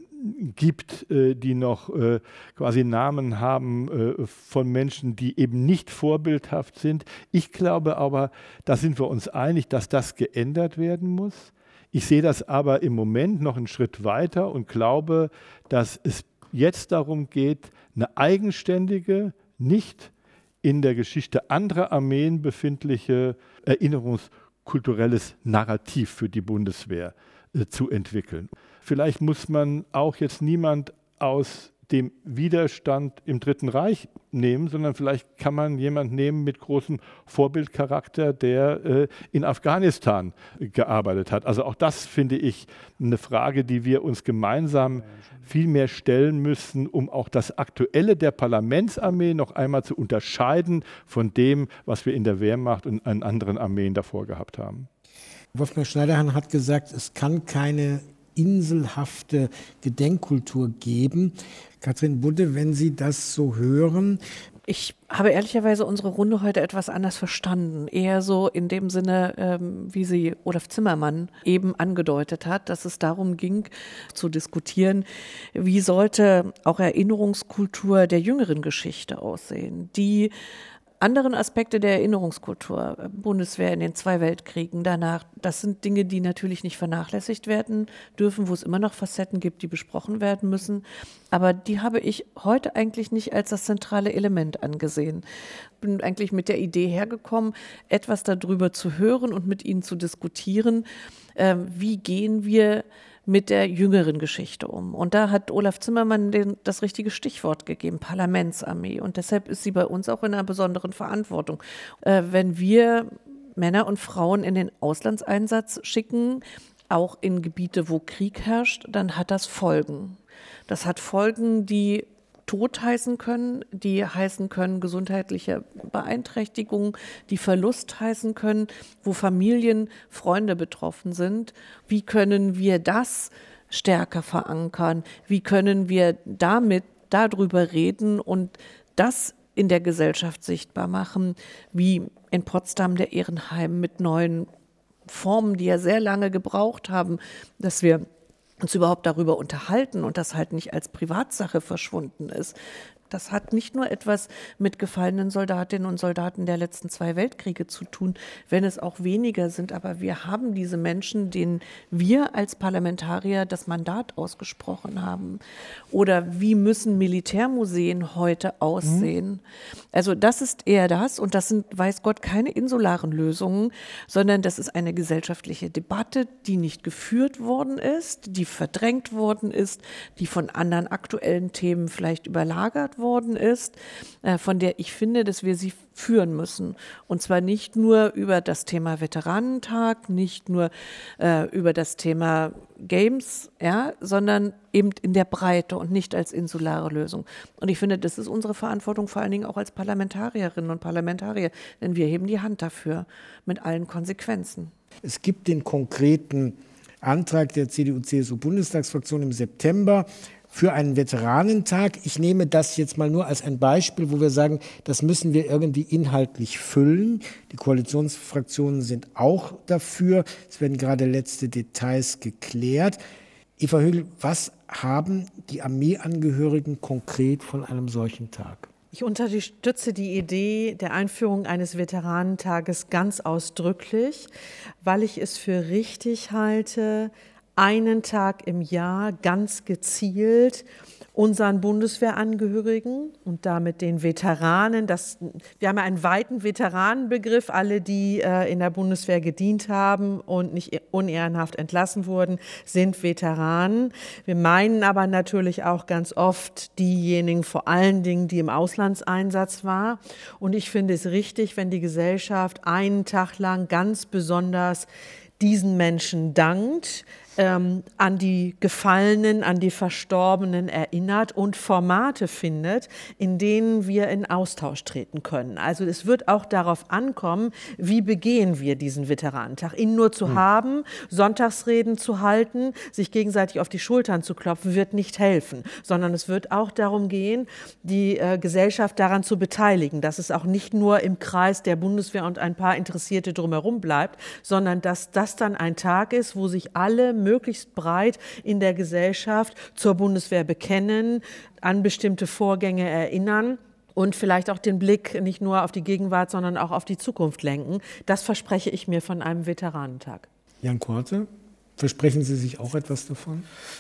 gibt, die noch quasi Namen haben von Menschen, die eben nicht vorbildhaft sind. Ich glaube aber, da sind wir uns einig, dass das geändert werden muss. Ich sehe das aber im Moment noch einen Schritt weiter und glaube, dass es jetzt darum geht, eine eigenständige, nicht in der Geschichte anderer Armeen befindliche erinnerungskulturelles Narrativ für die Bundeswehr zu entwickeln. Vielleicht muss man auch jetzt niemand aus dem Widerstand im Dritten Reich nehmen, sondern vielleicht kann man jemanden nehmen mit großem Vorbildcharakter, der in Afghanistan gearbeitet hat. Also auch das finde ich eine Frage, die wir uns gemeinsam viel mehr stellen müssen, um auch das Aktuelle der Parlamentsarmee noch einmal zu unterscheiden von dem, was wir in der Wehrmacht und in anderen Armeen davor gehabt haben. Wolfgang Schneiderhahn hat gesagt, es kann keine inselhafte Gedenkkultur geben. Katrin Budde, wenn Sie das so hören. Ich habe ehrlicherweise unsere Runde heute etwas anders verstanden. Eher so in dem Sinne, wie sie Olaf Zimmermann eben angedeutet hat, dass es darum ging, zu diskutieren, wie sollte auch Erinnerungskultur der jüngeren Geschichte aussehen, die anderen Aspekte der Erinnerungskultur, Bundeswehr in den 2 Weltkriegen danach, das sind Dinge, die natürlich nicht vernachlässigt werden dürfen, wo es immer noch Facetten gibt, die besprochen werden müssen. Aber die habe ich heute eigentlich nicht als das zentrale Element angesehen. Bin eigentlich mit der Idee hergekommen, etwas darüber zu hören und mit Ihnen zu diskutieren, wie gehen wir mit der jüngeren Geschichte um. Und da hat Olaf Zimmermann das richtige Stichwort gegeben, Parlamentsarmee. Und deshalb ist sie bei uns auch in einer besonderen Verantwortung. Wenn wir Männer und Frauen in den Auslandseinsatz schicken, auch in Gebiete, wo Krieg herrscht, dann hat das Folgen. Das hat Folgen, die Tod heißen können, die heißen können gesundheitliche Beeinträchtigung, die Verlust heißen können, wo Familien, Freunde betroffen sind. Wie können wir das stärker verankern? Wie können wir darüber reden und das in der Gesellschaft sichtbar machen, wie in Potsdam der Ehrenheim mit neuen Formen, die ja sehr lange gebraucht haben, dass wir uns überhaupt darüber unterhalten und das halt nicht als Privatsache verschwunden ist. Das hat nicht nur etwas mit gefallenen Soldatinnen und Soldaten der letzten 2 Weltkriege zu tun, wenn es auch weniger sind. Aber wir haben diese Menschen, denen wir als Parlamentarier das Mandat ausgesprochen haben. Oder wie müssen Militärmuseen heute aussehen? Also das ist eher das. Und das sind, weiß Gott, keine insularen Lösungen, sondern das ist eine gesellschaftliche Debatte, die nicht geführt worden ist, die verdrängt worden ist, die von anderen aktuellen Themen vielleicht überlagert worden ist, von der ich finde, dass wir sie führen müssen. Und zwar nicht nur über das Thema Veteranentag, nicht nur über das Thema Games, ja, sondern eben in der Breite und nicht als insulare Lösung. Und ich finde, das ist unsere Verantwortung, vor allen Dingen auch als Parlamentarierinnen und Parlamentarier, denn wir heben die Hand dafür mit allen Konsequenzen. Es gibt den konkreten Antrag der CDU-CSU-Bundestagsfraktion im September für einen Veteranentag. Ich nehme das jetzt mal nur als ein Beispiel, wo wir sagen, das müssen wir irgendwie inhaltlich füllen. Die Koalitionsfraktionen sind auch dafür. Es werden gerade letzte Details geklärt. Eva Högel, was haben die Armeeangehörigen konkret von einem solchen Tag? Ich unterstütze die Idee der Einführung eines Veteranentages ganz ausdrücklich, weil ich es für richtig halte, einen Tag im Jahr ganz gezielt unseren Bundeswehrangehörigen und damit den Veteranen, wir haben ja einen weiten Veteranenbegriff, alle, die in der Bundeswehr gedient haben und nicht unehrenhaft entlassen wurden, sind Veteranen. Wir meinen aber natürlich auch ganz oft diejenigen, vor allen Dingen, die im Auslandseinsatz waren. Und ich finde es richtig, wenn die Gesellschaft einen Tag lang ganz besonders diesen Menschen dankt, an die Gefallenen, an die Verstorbenen erinnert und Formate findet, in denen wir in Austausch treten können. Also es wird auch darauf ankommen, wie begehen wir diesen Veteranentag. Ihn nur zu haben, Sonntagsreden zu halten, sich gegenseitig auf die Schultern zu klopfen, wird nicht helfen, sondern es wird auch darum gehen, die Gesellschaft daran zu beteiligen, dass es auch nicht nur im Kreis der Bundeswehr und ein paar Interessierte drumherum bleibt, sondern dass das dann ein Tag ist, wo sich alle möglichst breit in der Gesellschaft zur Bundeswehr bekennen, an bestimmte Vorgänge erinnern und vielleicht auch den Blick nicht nur auf die Gegenwart, sondern auch auf die Zukunft lenken. Das verspreche ich mir von einem Veteranentag. Jan Korte, versprechen Sie sich auch etwas davon?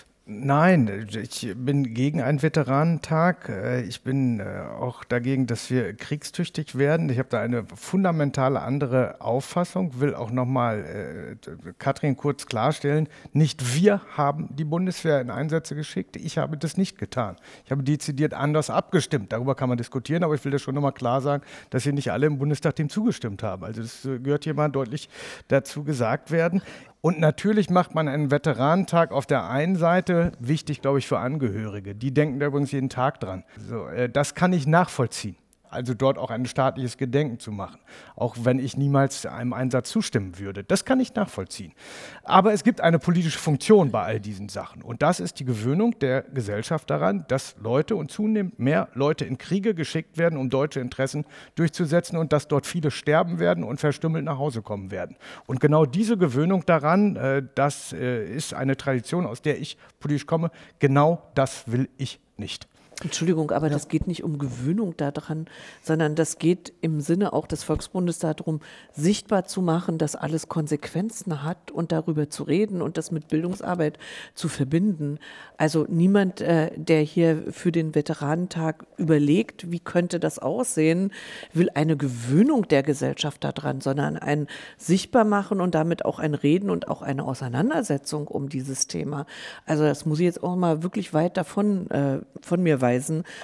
Nein, ich bin gegen einen Veteranentag. Ich bin auch dagegen, dass wir kriegstüchtig werden. Ich habe da eine fundamentale andere Auffassung, will auch nochmal Katrin kurz klarstellen. Nicht wir haben die Bundeswehr in Einsätze geschickt, ich habe das nicht getan. Ich habe dezidiert anders abgestimmt. Darüber kann man diskutieren, aber ich will das schon nochmal klar sagen, dass hier nicht alle im Bundestag dem zugestimmt haben. Also das gehört hier mal deutlich dazu gesagt werden. Und natürlich macht man einen Veteranentag auf der einen Seite wichtig, glaube ich, für Angehörige. Die denken da übrigens jeden Tag dran. So, das kann ich nachvollziehen. Also dort auch ein staatliches Gedenken zu machen, auch wenn ich niemals einem Einsatz zustimmen würde. Das kann ich nachvollziehen. Aber es gibt eine politische Funktion bei all diesen Sachen. Und das ist die Gewöhnung der Gesellschaft daran, dass Leute und zunehmend mehr Leute in Kriege geschickt werden, um deutsche Interessen durchzusetzen und dass dort viele sterben werden und verstümmelt nach Hause kommen werden. Und genau diese Gewöhnung daran, das ist eine Tradition, aus der ich politisch komme, genau das will ich nicht. Entschuldigung, aber das geht nicht um Gewöhnung daran, sondern das geht im Sinne auch des Volksbundes darum, sichtbar zu machen, dass alles Konsequenzen hat und darüber zu reden und das mit Bildungsarbeit zu verbinden. Also niemand, der hier für den Veteranentag überlegt, wie könnte das aussehen, will eine Gewöhnung der Gesellschaft daran, sondern ein Sichtbarmachen und damit auch ein Reden und auch eine Auseinandersetzung um dieses Thema. Also das muss ich jetzt auch mal wirklich weit davon von mir weisen.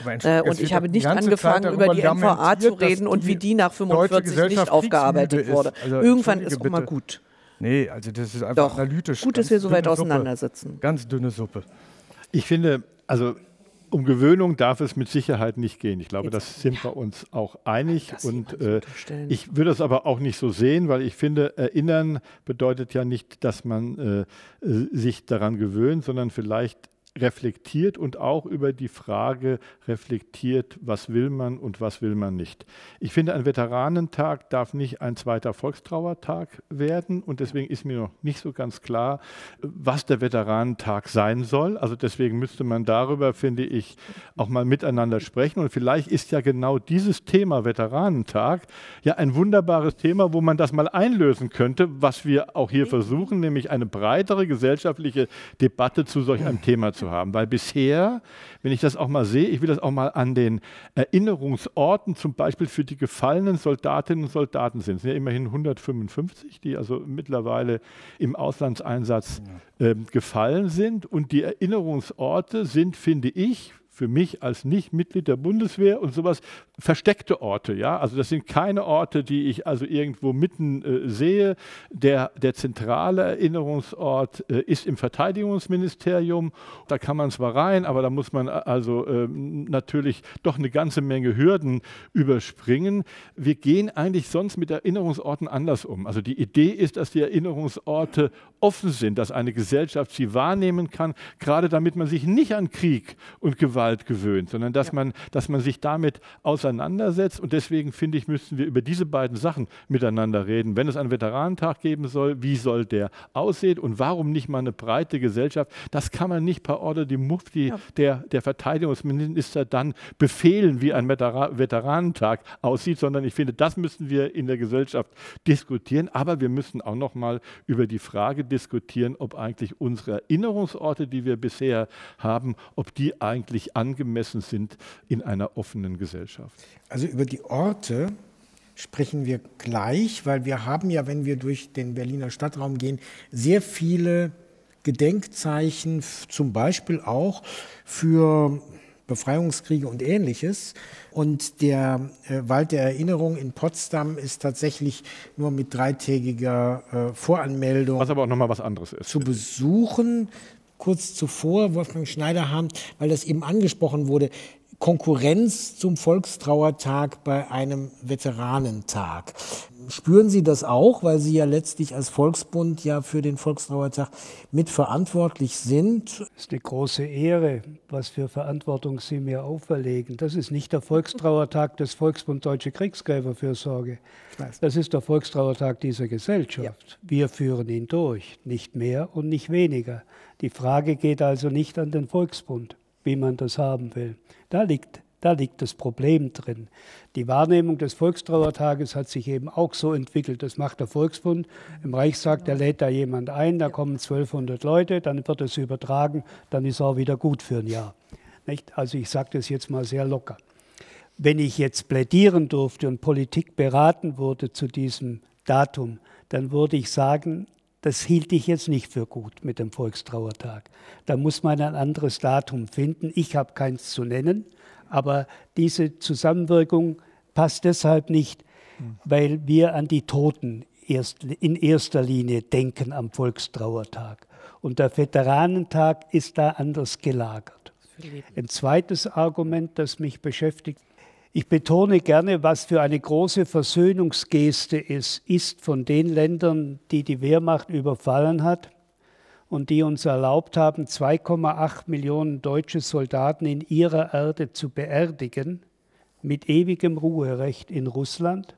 Und ich habe nicht angefangen, über die NVA zu reden und wie die nach 45 nicht aufgearbeitet wurde. Also, irgendwann ist auch mal gut. Nee, also das ist einfach analytisch. Gut, dass wir so weit auseinandersitzen. Ganz dünne Suppe. Ich finde, also um Gewöhnung darf es mit Sicherheit nicht gehen. Ich glaube, das sind wir uns auch einig. Und ich würde es aber auch nicht so sehen, weil ich finde, erinnern bedeutet ja nicht, dass man sich daran gewöhnt, sondern vielleicht reflektiert und auch über die Frage reflektiert, was will man und was will man nicht. Ich finde, ein Veteranentag darf nicht ein zweiter Volkstrauertag werden und deswegen ist mir noch nicht so ganz klar, was der Veteranentag sein soll. Also deswegen müsste man darüber, finde ich, auch mal miteinander sprechen und vielleicht ist ja genau dieses Thema Veteranentag ja ein wunderbares Thema, wo man das mal einlösen könnte, was wir auch hier versuchen, nämlich eine breitere gesellschaftliche Debatte zu solch einem Thema zu haben. Weil bisher, wenn ich das auch mal sehe, ich will das auch mal an den Erinnerungsorten, zum Beispiel für die gefallenen Soldatinnen und Soldaten sind. Es sind ja immerhin 155, die also mittlerweile im Auslandseinsatz gefallen sind. Und die Erinnerungsorte sind, finde ich, für mich als Nicht-Mitglied der Bundeswehr und sowas versteckte Orte. Ja? Also das sind keine Orte, die ich also irgendwo mitten sehe. Der zentrale Erinnerungsort ist im Verteidigungsministerium. Da kann man zwar rein, aber da muss man also natürlich doch eine ganze Menge Hürden überspringen. Wir gehen eigentlich sonst mit Erinnerungsorten anders um. Also die Idee ist, dass die Erinnerungsorte offen sind, dass eine Gesellschaft sie wahrnehmen kann, gerade damit man sich nicht an Krieg und Gewalt gewöhnt, sondern dass man sich damit auseinandersetzt. Und deswegen finde ich, müssten wir über diese beiden Sachen miteinander reden. Wenn es einen Veteranentag geben soll, wie soll der aussehen und warum nicht mal eine breite Gesellschaft? Das kann man nicht per Ordre di Mufti der Verteidigungsminister dann befehlen, wie ein Veteranentag aussieht, sondern ich finde, das müssen wir in der Gesellschaft diskutieren. Aber wir müssen auch noch mal über die Frage diskutieren, ob eigentlich unsere Erinnerungsorte, die wir bisher haben, ob die eigentlich angemessen sind in einer offenen Gesellschaft. Also über die Orte sprechen wir gleich, weil wir haben ja, wenn wir durch den Berliner Stadtraum gehen, sehr viele Gedenkzeichen, zum Beispiel auch für Befreiungskriege und Ähnliches. Und der Wald der Erinnerung in Potsdam ist tatsächlich nur mit 3-tägiger Voranmeldung was aber auch nochmal was anderes ist. zu besuchen. Kurz zuvor, Wolfgang Schneiderhan, weil das eben angesprochen wurde, Konkurrenz zum Volkstrauertag bei einem Veteranentag. Spüren Sie das auch, weil Sie ja letztlich als Volksbund ja für den Volkstrauertag mitverantwortlich sind? Das ist eine große Ehre, was für Verantwortung Sie mir auferlegen. Das ist nicht der Volkstrauertag des Volksbund Deutsche Kriegsgräberfürsorge. Das ist der Volkstrauertag dieser Gesellschaft. Ja. Wir führen ihn durch, nicht mehr und nicht weniger. Die Frage geht also nicht an den Volksbund, wie man das haben will. Da liegt das Problem drin. Die Wahrnehmung des Volkstrauertages hat sich eben auch so entwickelt. Das macht der Volksbund im Reichstag, der lädt da jemand ein, da kommen 1200 Leute, dann wird es übertragen, dann ist auch wieder gut für ein Jahr. Nicht? Also ich sage das jetzt mal sehr locker. Wenn ich jetzt plädieren durfte und Politik beraten wurde zu diesem Datum, dann würde ich sagen, das hielt ich jetzt nicht für gut mit dem Volkstrauertag. Da muss man ein anderes Datum finden. Ich habe keins zu nennen, aber diese Zusammenwirkung passt deshalb nicht, weil wir an die Toten in erster Linie denken am Volkstrauertag. Und der Veteranentag ist da anders gelagert. Ein zweites Argument, das mich beschäftigt: Ich betone gerne, was für eine große Versöhnungsgeste es ist von den Ländern, die die Wehrmacht überfallen hat und die uns erlaubt haben, 2,8 Millionen deutsche Soldaten in ihrer Erde zu beerdigen, mit ewigem Ruherecht in Russland.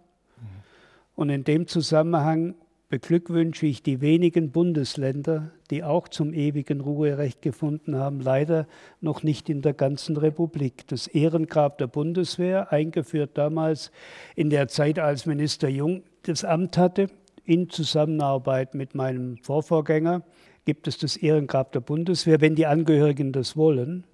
Und in dem Zusammenhang beglückwünsche ich die wenigen Bundesländer, die auch zum ewigen Ruherecht gefunden haben, leider noch nicht in der ganzen Republik. Das Ehrengrab der Bundeswehr, eingeführt damals in der Zeit, als Minister Jung das Amt hatte, in Zusammenarbeit mit meinem Vorvorgänger, gibt es das Ehrengrab der Bundeswehr, wenn die Angehörigen das wollen.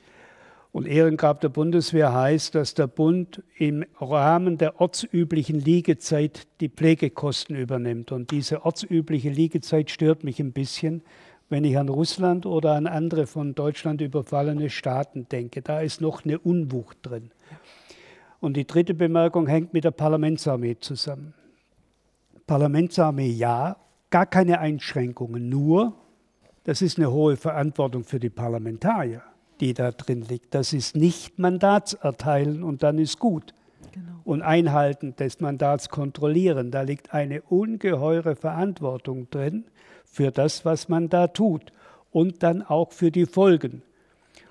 Und Ehrengrab der Bundeswehr heißt, dass der Bund im Rahmen der ortsüblichen Liegezeit die Pflegekosten übernimmt. Und diese ortsübliche Liegezeit stört mich ein bisschen, wenn ich an Russland oder an andere von Deutschland überfallene Staaten denke. Da ist noch eine Unwucht drin. Und die dritte Bemerkung hängt mit der Parlamentsarmee zusammen. Parlamentsarmee ja, gar keine Einschränkungen, nur, das ist eine hohe Verantwortung für die Parlamentarier, die da drin liegt. Das ist nicht Mandatserteilen und dann ist gut. Genau. Und Einhalten des Mandats kontrollieren. Da liegt eine ungeheure Verantwortung drin für das, was man da tut. Und dann auch für die Folgen.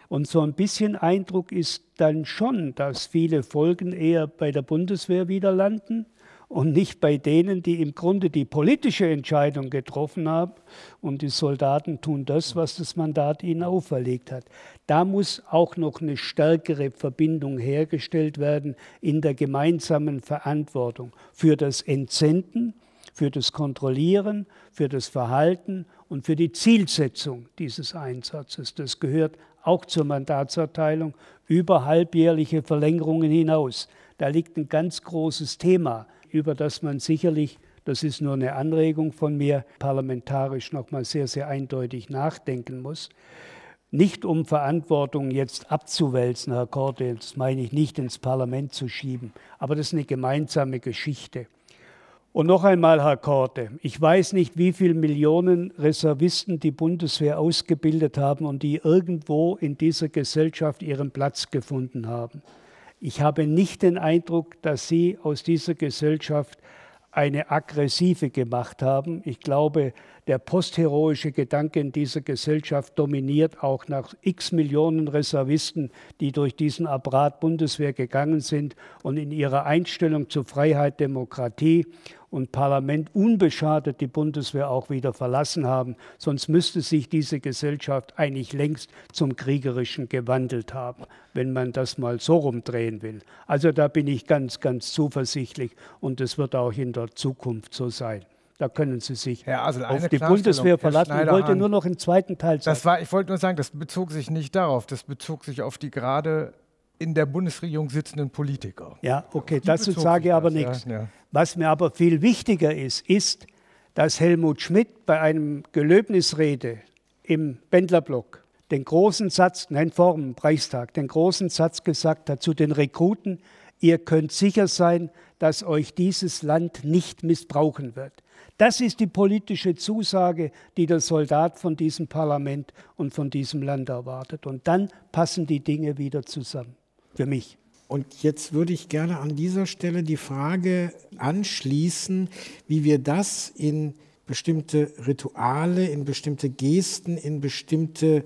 Und so ein bisschen Eindruck ist dann schon, dass viele Folgen eher bei der Bundeswehr wieder landen und nicht bei denen, die im Grunde die politische Entscheidung getroffen haben. Und die Soldaten tun das, was das Mandat ihnen auferlegt hat. Da muss auch noch eine stärkere Verbindung hergestellt werden in der gemeinsamen Verantwortung für das Entsenden, für das Kontrollieren, für das Verhalten und für die Zielsetzung dieses Einsatzes. Das gehört auch zur Mandatserteilung über halbjährliche Verlängerungen hinaus. Da liegt ein ganz großes Thema, über das man sicherlich, das ist nur eine Anregung von mir, parlamentarisch nochmal sehr, sehr eindeutig nachdenken muss. Nicht um Verantwortung jetzt abzuwälzen, Herr Korte, das meine ich nicht ins Parlament zu schieben, aber das ist eine gemeinsame Geschichte. Und noch einmal, Herr Korte, ich weiß nicht, wie viele Millionen Reservisten die Bundeswehr ausgebildet haben und die irgendwo in dieser Gesellschaft ihren Platz gefunden haben. Ich habe nicht den Eindruck, dass Sie aus dieser Gesellschaft eine aggressive gemacht haben. Ich glaube, der postheroische Gedanke in dieser Gesellschaft dominiert auch nach x Millionen Reservisten, die durch diesen Apparat Bundeswehr gegangen sind und in ihrer Einstellung zu Freiheit, Demokratie und Parlament unbeschadet die Bundeswehr auch wieder verlassen haben. Sonst müsste sich diese Gesellschaft eigentlich längst zum Kriegerischen gewandelt haben, wenn man das mal so rumdrehen will. Also da bin ich ganz, ganz zuversichtlich und es wird auch in der Zukunft so sein. Da können Sie sich auf die Bundeswehr verlassen. Ich wollte nur noch einen zweiten Teil sagen. Ich wollte nur sagen, das bezog sich nicht darauf, das bezog sich auf die gerade in der Bundesregierung sitzenden Politiker. Ja, okay, dazu sage ich aber nichts. Ja. Was mir aber viel wichtiger ist, dass Helmut Schmidt bei einem Gelöbnisrede im Bendlerblock den großen Satz, vor dem Reichstag, den großen Satz gesagt hat zu den Rekruten: Ihr könnt sicher sein, dass euch dieses Land nicht missbrauchen wird. Das ist die politische Zusage, die der Soldat von diesem Parlament und von diesem Land erwartet. Und dann passen die Dinge wieder zusammen, für mich. Und jetzt würde ich gerne an dieser Stelle die Frage anschließen, wie wir das in bestimmte Rituale, in bestimmte Gesten, in bestimmte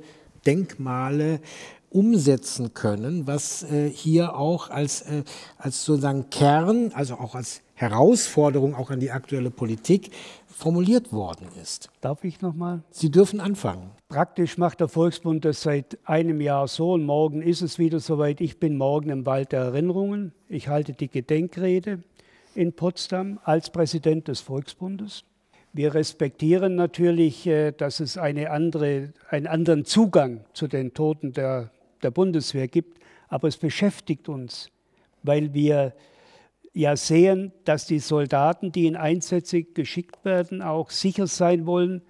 Denkmale umsetzen können, was hier auch als sozusagen Kern, also auch als Herausforderung auch an die aktuelle Politik formuliert worden ist. Darf ich nochmal? Sie dürfen anfangen. Praktisch macht der Volksbund das seit einem Jahr so und morgen ist es wieder soweit. Ich bin morgen im Wald der Erinnerungen. Ich halte die Gedenkrede in Potsdam als Präsident des Volksbundes. Wir respektieren natürlich, dass es einen anderen Zugang zu den Toten der Bundeswehr gibt, aber es beschäftigt uns, weil wir ja sehen, dass die Soldaten, die in Einsätze geschickt werden, auch sicher sein wollen,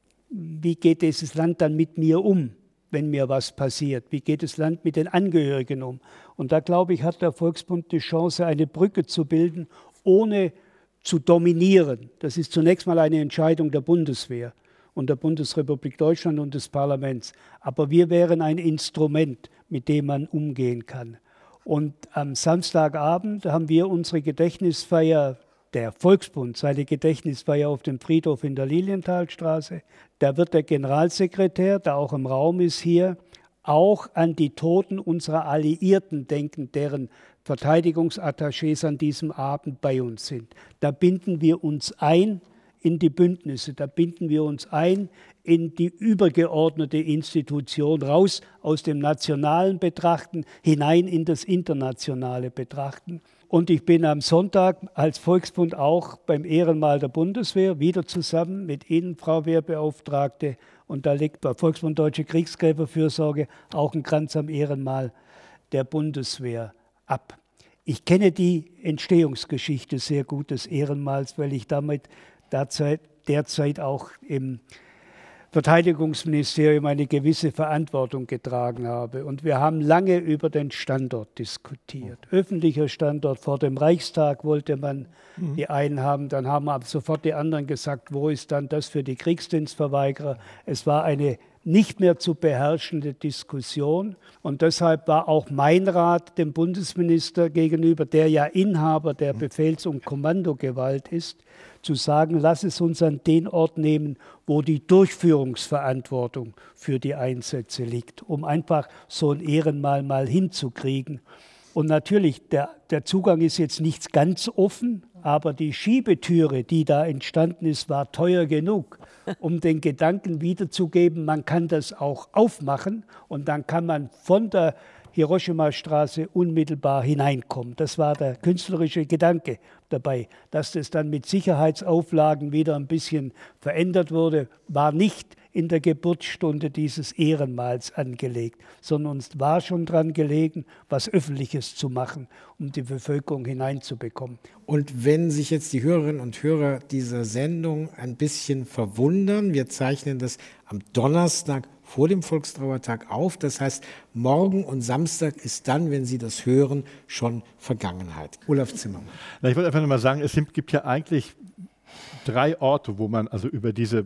wie geht dieses Land dann mit mir um, wenn mir was passiert? Wie geht das Land mit den Angehörigen um? Und da, glaube ich, hat der Volksbund die Chance, eine Brücke zu bilden, ohne zu dominieren. Das ist zunächst mal eine Entscheidung der Bundeswehr und der Bundesrepublik Deutschland und des Parlaments. Aber wir wären ein Instrument, mit dem man umgehen kann. Und am Samstagabend haben wir unsere Gedächtnisfeier, der Volksbund, seine Gedächtnisfeier auf dem Friedhof in der Lilienthalstraße. Da wird der Generalsekretär, der auch im Raum ist hier, auch an die Toten unserer Alliierten denken, deren Verteidigungsattachés an diesem Abend bei uns sind. Da binden wir uns ein in die Bündnisse, da binden wir uns ein in die übergeordnete Institution, raus aus dem nationalen Betrachten, hinein in das internationale Betrachten. Und ich bin am Sonntag als Volksbund auch beim Ehrenmal der Bundeswehr, wieder zusammen mit Ihnen, Frau Wehrbeauftragte. Und da legt bei Volksbund Deutsche Kriegsgräberfürsorge auch ein Kranz am Ehrenmal der Bundeswehr ab. Ich kenne die Entstehungsgeschichte sehr gut des Ehrenmals, weil ich damit derzeit auch im Verteidigungsministerium eine gewisse Verantwortung getragen habe. Und wir haben lange über den Standort diskutiert. Öffentlicher Standort vor dem Reichstag wollte man die einen haben, dann haben aber sofort die anderen gesagt, wo ist dann das für die Kriegsdienstverweigerer? Es war eine nicht mehr zu beherrschende Diskussion. Und deshalb war auch mein Rat dem Bundesminister gegenüber, der ja Inhaber der Befehls- und Kommandogewalt ist, zu sagen, lass es uns an den Ort nehmen, wo die Durchführungsverantwortung für die Einsätze liegt, um einfach so ein Ehrenmal mal hinzukriegen. Und natürlich, der Zugang ist jetzt nicht ganz offen, aber die Schiebetüre, die da entstanden ist, war teuer genug, um den Gedanken wiederzugeben, man kann das auch aufmachen und dann kann man von der Hiroshima-Straße unmittelbar hineinkommen. Das war der künstlerische Gedanke dabei. Dass das dann mit Sicherheitsauflagen wieder ein bisschen verändert wurde, war nicht in der Geburtsstunde dieses Ehrenmals angelegt, sondern uns war schon dran gelegen, was Öffentliches zu machen, um die Bevölkerung hineinzubekommen. Und wenn sich jetzt die Hörerinnen und Hörer dieser Sendung ein bisschen verwundern, wir zeichnen das am Donnerstag vor dem Volkstrauertag auf. Das heißt, morgen und Samstag ist dann, wenn Sie das hören, schon Vergangenheit. Olaf Zimmermann. Ich wollte einfach nur mal sagen, es gibt ja eigentlich 3 Orte, wo man also über diese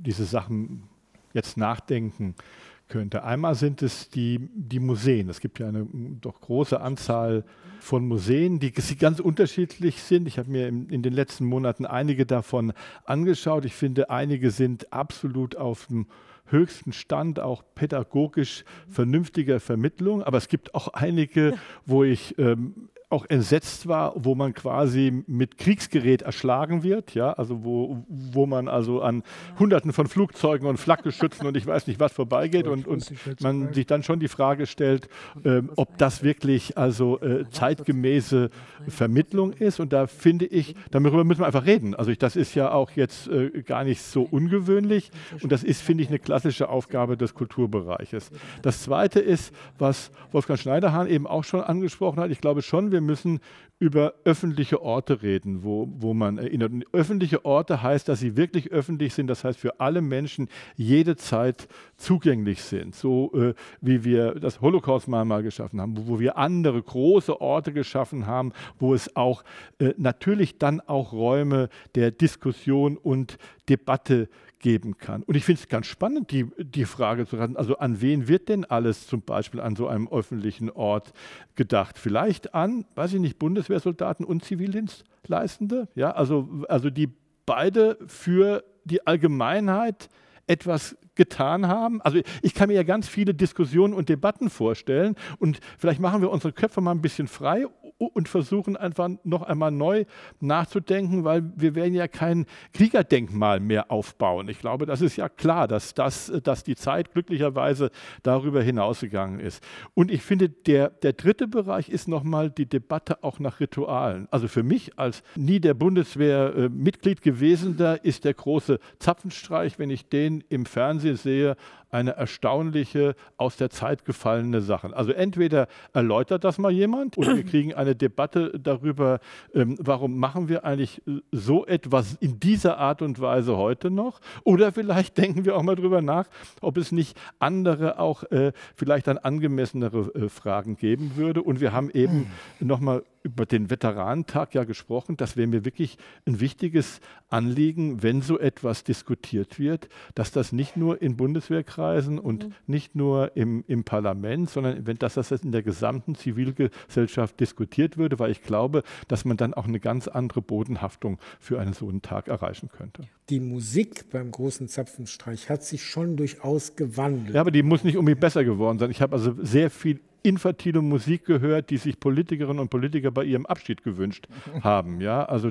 Sachen jetzt nachdenken könnte. Einmal sind es die Museen. Es gibt ja eine doch große Anzahl von Museen, die ganz unterschiedlich sind. Ich habe mir in den letzten Monaten einige davon angeschaut. Ich finde, einige sind absolut auf dem höchsten Stand, auch pädagogisch vernünftiger Vermittlung. Aber es gibt auch einige, wo ich auch entsetzt war, wo man quasi mit Kriegsgerät erschlagen wird, ja, also wo man also an Hunderten von Flugzeugen und Flakgeschützen und ich weiß nicht was vorbeigeht und man sich dann schon die Frage stellt, ob das wirklich also zeitgemäße Vermittlung ist. Und da finde ich, darüber müssen wir einfach reden. Also das ist ja auch jetzt gar nicht so ungewöhnlich und das ist, finde ich, eine klassische Aufgabe des Kulturbereiches. Das Zweite ist, was Wolfgang Schneiderhahn eben auch schon angesprochen hat, ich glaube schon, wir müssen über öffentliche Orte reden, wo man erinnert. Und öffentliche Orte heißt, dass sie wirklich öffentlich sind, das heißt für alle Menschen jede Zeit zugänglich sind. So wie wir das Holocaust-Mahnmal geschaffen haben, wo wir andere große Orte geschaffen haben, wo es auch natürlich dann auch Räume der Diskussion und Debatte geben kann. Und ich finde es ganz spannend, die Frage zu raten, also an wen wird denn alles zum Beispiel an so einem öffentlichen Ort gedacht? Vielleicht an, weiß ich nicht, Bundeswehrsoldaten und Zivildienstleistende, ja, also die beide für die Allgemeinheit etwas getan haben. Also ich kann mir ja ganz viele Diskussionen und Debatten vorstellen und vielleicht machen wir unsere Köpfe mal ein bisschen frei und versuchen einfach noch einmal neu nachzudenken, weil wir werden ja kein Kriegerdenkmal mehr aufbauen. Ich glaube, das ist ja klar, dass die Zeit glücklicherweise darüber hinausgegangen ist. Und ich finde, der dritte Bereich ist nochmal die Debatte auch nach Ritualen. Also für mich als nie der Bundeswehr Mitglied gewesener ist der große Zapfenstreich, wenn ich den im Fernsehen sehe, eine erstaunliche, aus der Zeit gefallene Sache. Also entweder erläutert das mal jemand und wir kriegen eine Debatte darüber, warum machen wir eigentlich so etwas in dieser Art und Weise heute noch? Oder vielleicht denken wir auch mal drüber nach, ob es nicht andere auch vielleicht dann angemessenere Fragen geben würde. Und wir haben eben nochmal über den Veteranentag ja gesprochen. Das wäre mir wirklich ein wichtiges Anliegen, wenn so etwas diskutiert wird, dass das nicht nur in Bundeswehrkreisen und nicht nur im Parlament, sondern dass das in der gesamten Zivilgesellschaft diskutiert würde, weil ich glaube, dass man dann auch eine ganz andere Bodenhaftung für einen so einen Tag erreichen könnte. Die Musik beim großen Zapfenstreich hat sich schon durchaus gewandelt. Ja, aber die muss nicht unbedingt besser geworden sein. Ich habe also sehr viel infantile Musik gehört, die sich Politikerinnen und Politiker bei ihrem Abschied gewünscht haben. Ja, also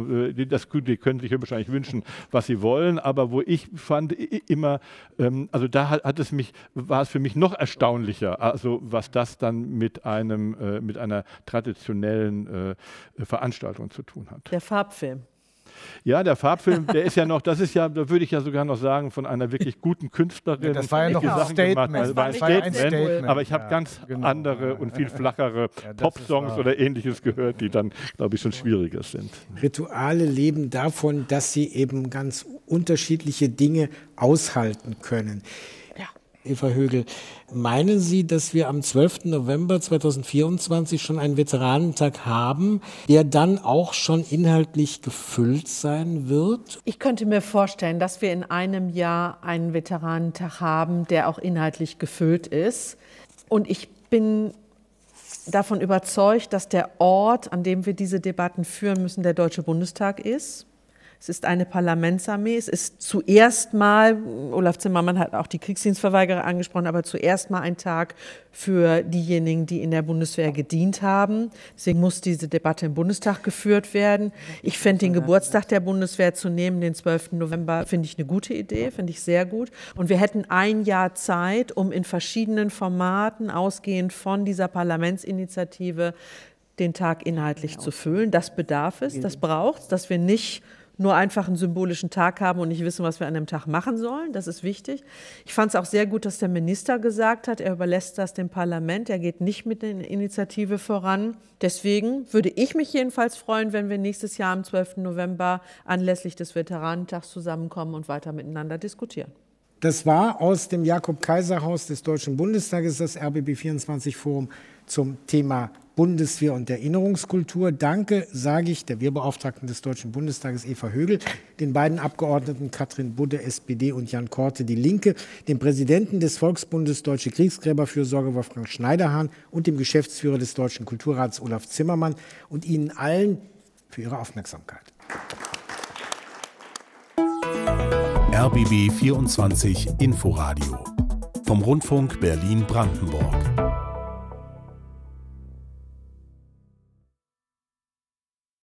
die können sich wahrscheinlich wünschen, was sie wollen, aber wo ich fand immer, also da war es für mich noch erstaunlicher, also was das dann mit einer traditionellen Veranstaltung zu tun hat. Der Farbfilm. Ja, der Farbfilm, da würde ich ja sogar noch sagen, von einer wirklich guten Künstlerin. Das war ja noch ein Statement. Aber ich habe ganz andere und viel flachere Pop-Songs oder Ähnliches gehört, die dann, glaube ich, schon schwieriger sind. Rituale leben davon, dass sie eben ganz unterschiedliche Dinge aushalten können. Eva Högel, meinen Sie, dass wir am 12. November 2024 schon einen Veteranentag haben, der dann auch schon inhaltlich gefüllt sein wird? Ich könnte mir vorstellen, dass wir in einem Jahr einen Veteranentag haben, der auch inhaltlich gefüllt ist. Und ich bin davon überzeugt, dass der Ort, an dem wir diese Debatten führen müssen, der Deutsche Bundestag ist. Es ist eine Parlamentsarmee. Es ist zuerst mal, Olaf Zimmermann hat auch die Kriegsdienstverweigerer angesprochen, aber zuerst mal ein Tag für diejenigen, die in der Bundeswehr gedient haben. Deswegen muss diese Debatte im Bundestag geführt werden. Ich fände den Geburtstag der Bundeswehr zu nehmen, den 12. November, finde ich eine gute Idee, finde ich sehr gut. Und wir hätten ein Jahr Zeit, um in verschiedenen Formaten, ausgehend von dieser Parlamentsinitiative, den Tag inhaltlich zu füllen. Das bedarf es, das braucht es, dass wir nicht nur einfach einen symbolischen Tag haben und nicht wissen, was wir an dem Tag machen sollen. Das ist wichtig. Ich fand es auch sehr gut, dass der Minister gesagt hat, er überlässt das dem Parlament, er geht nicht mit der Initiative voran. Deswegen würde ich mich jedenfalls freuen, wenn wir nächstes Jahr am 12. November anlässlich des Veteranentags zusammenkommen und weiter miteinander diskutieren. Das war aus dem Jakob-Kaiser-Haus des Deutschen Bundestages das RBB24-Forum zum Thema Bundeswehr und Erinnerungskultur. Danke, sage ich, der Wehrbeauftragten des Deutschen Bundestages Eva Högel, den beiden Abgeordneten Katrin Budde, SPD, und Jan Korte, Die Linke, dem Präsidenten des Volksbundes Deutsche Kriegsgräberfürsorge Wolfgang Schneiderhahn und dem Geschäftsführer des Deutschen Kulturrats Olaf Zimmermann und Ihnen allen für Ihre Aufmerksamkeit. RBB 24 Inforadio vom Rundfunk Berlin-Brandenburg.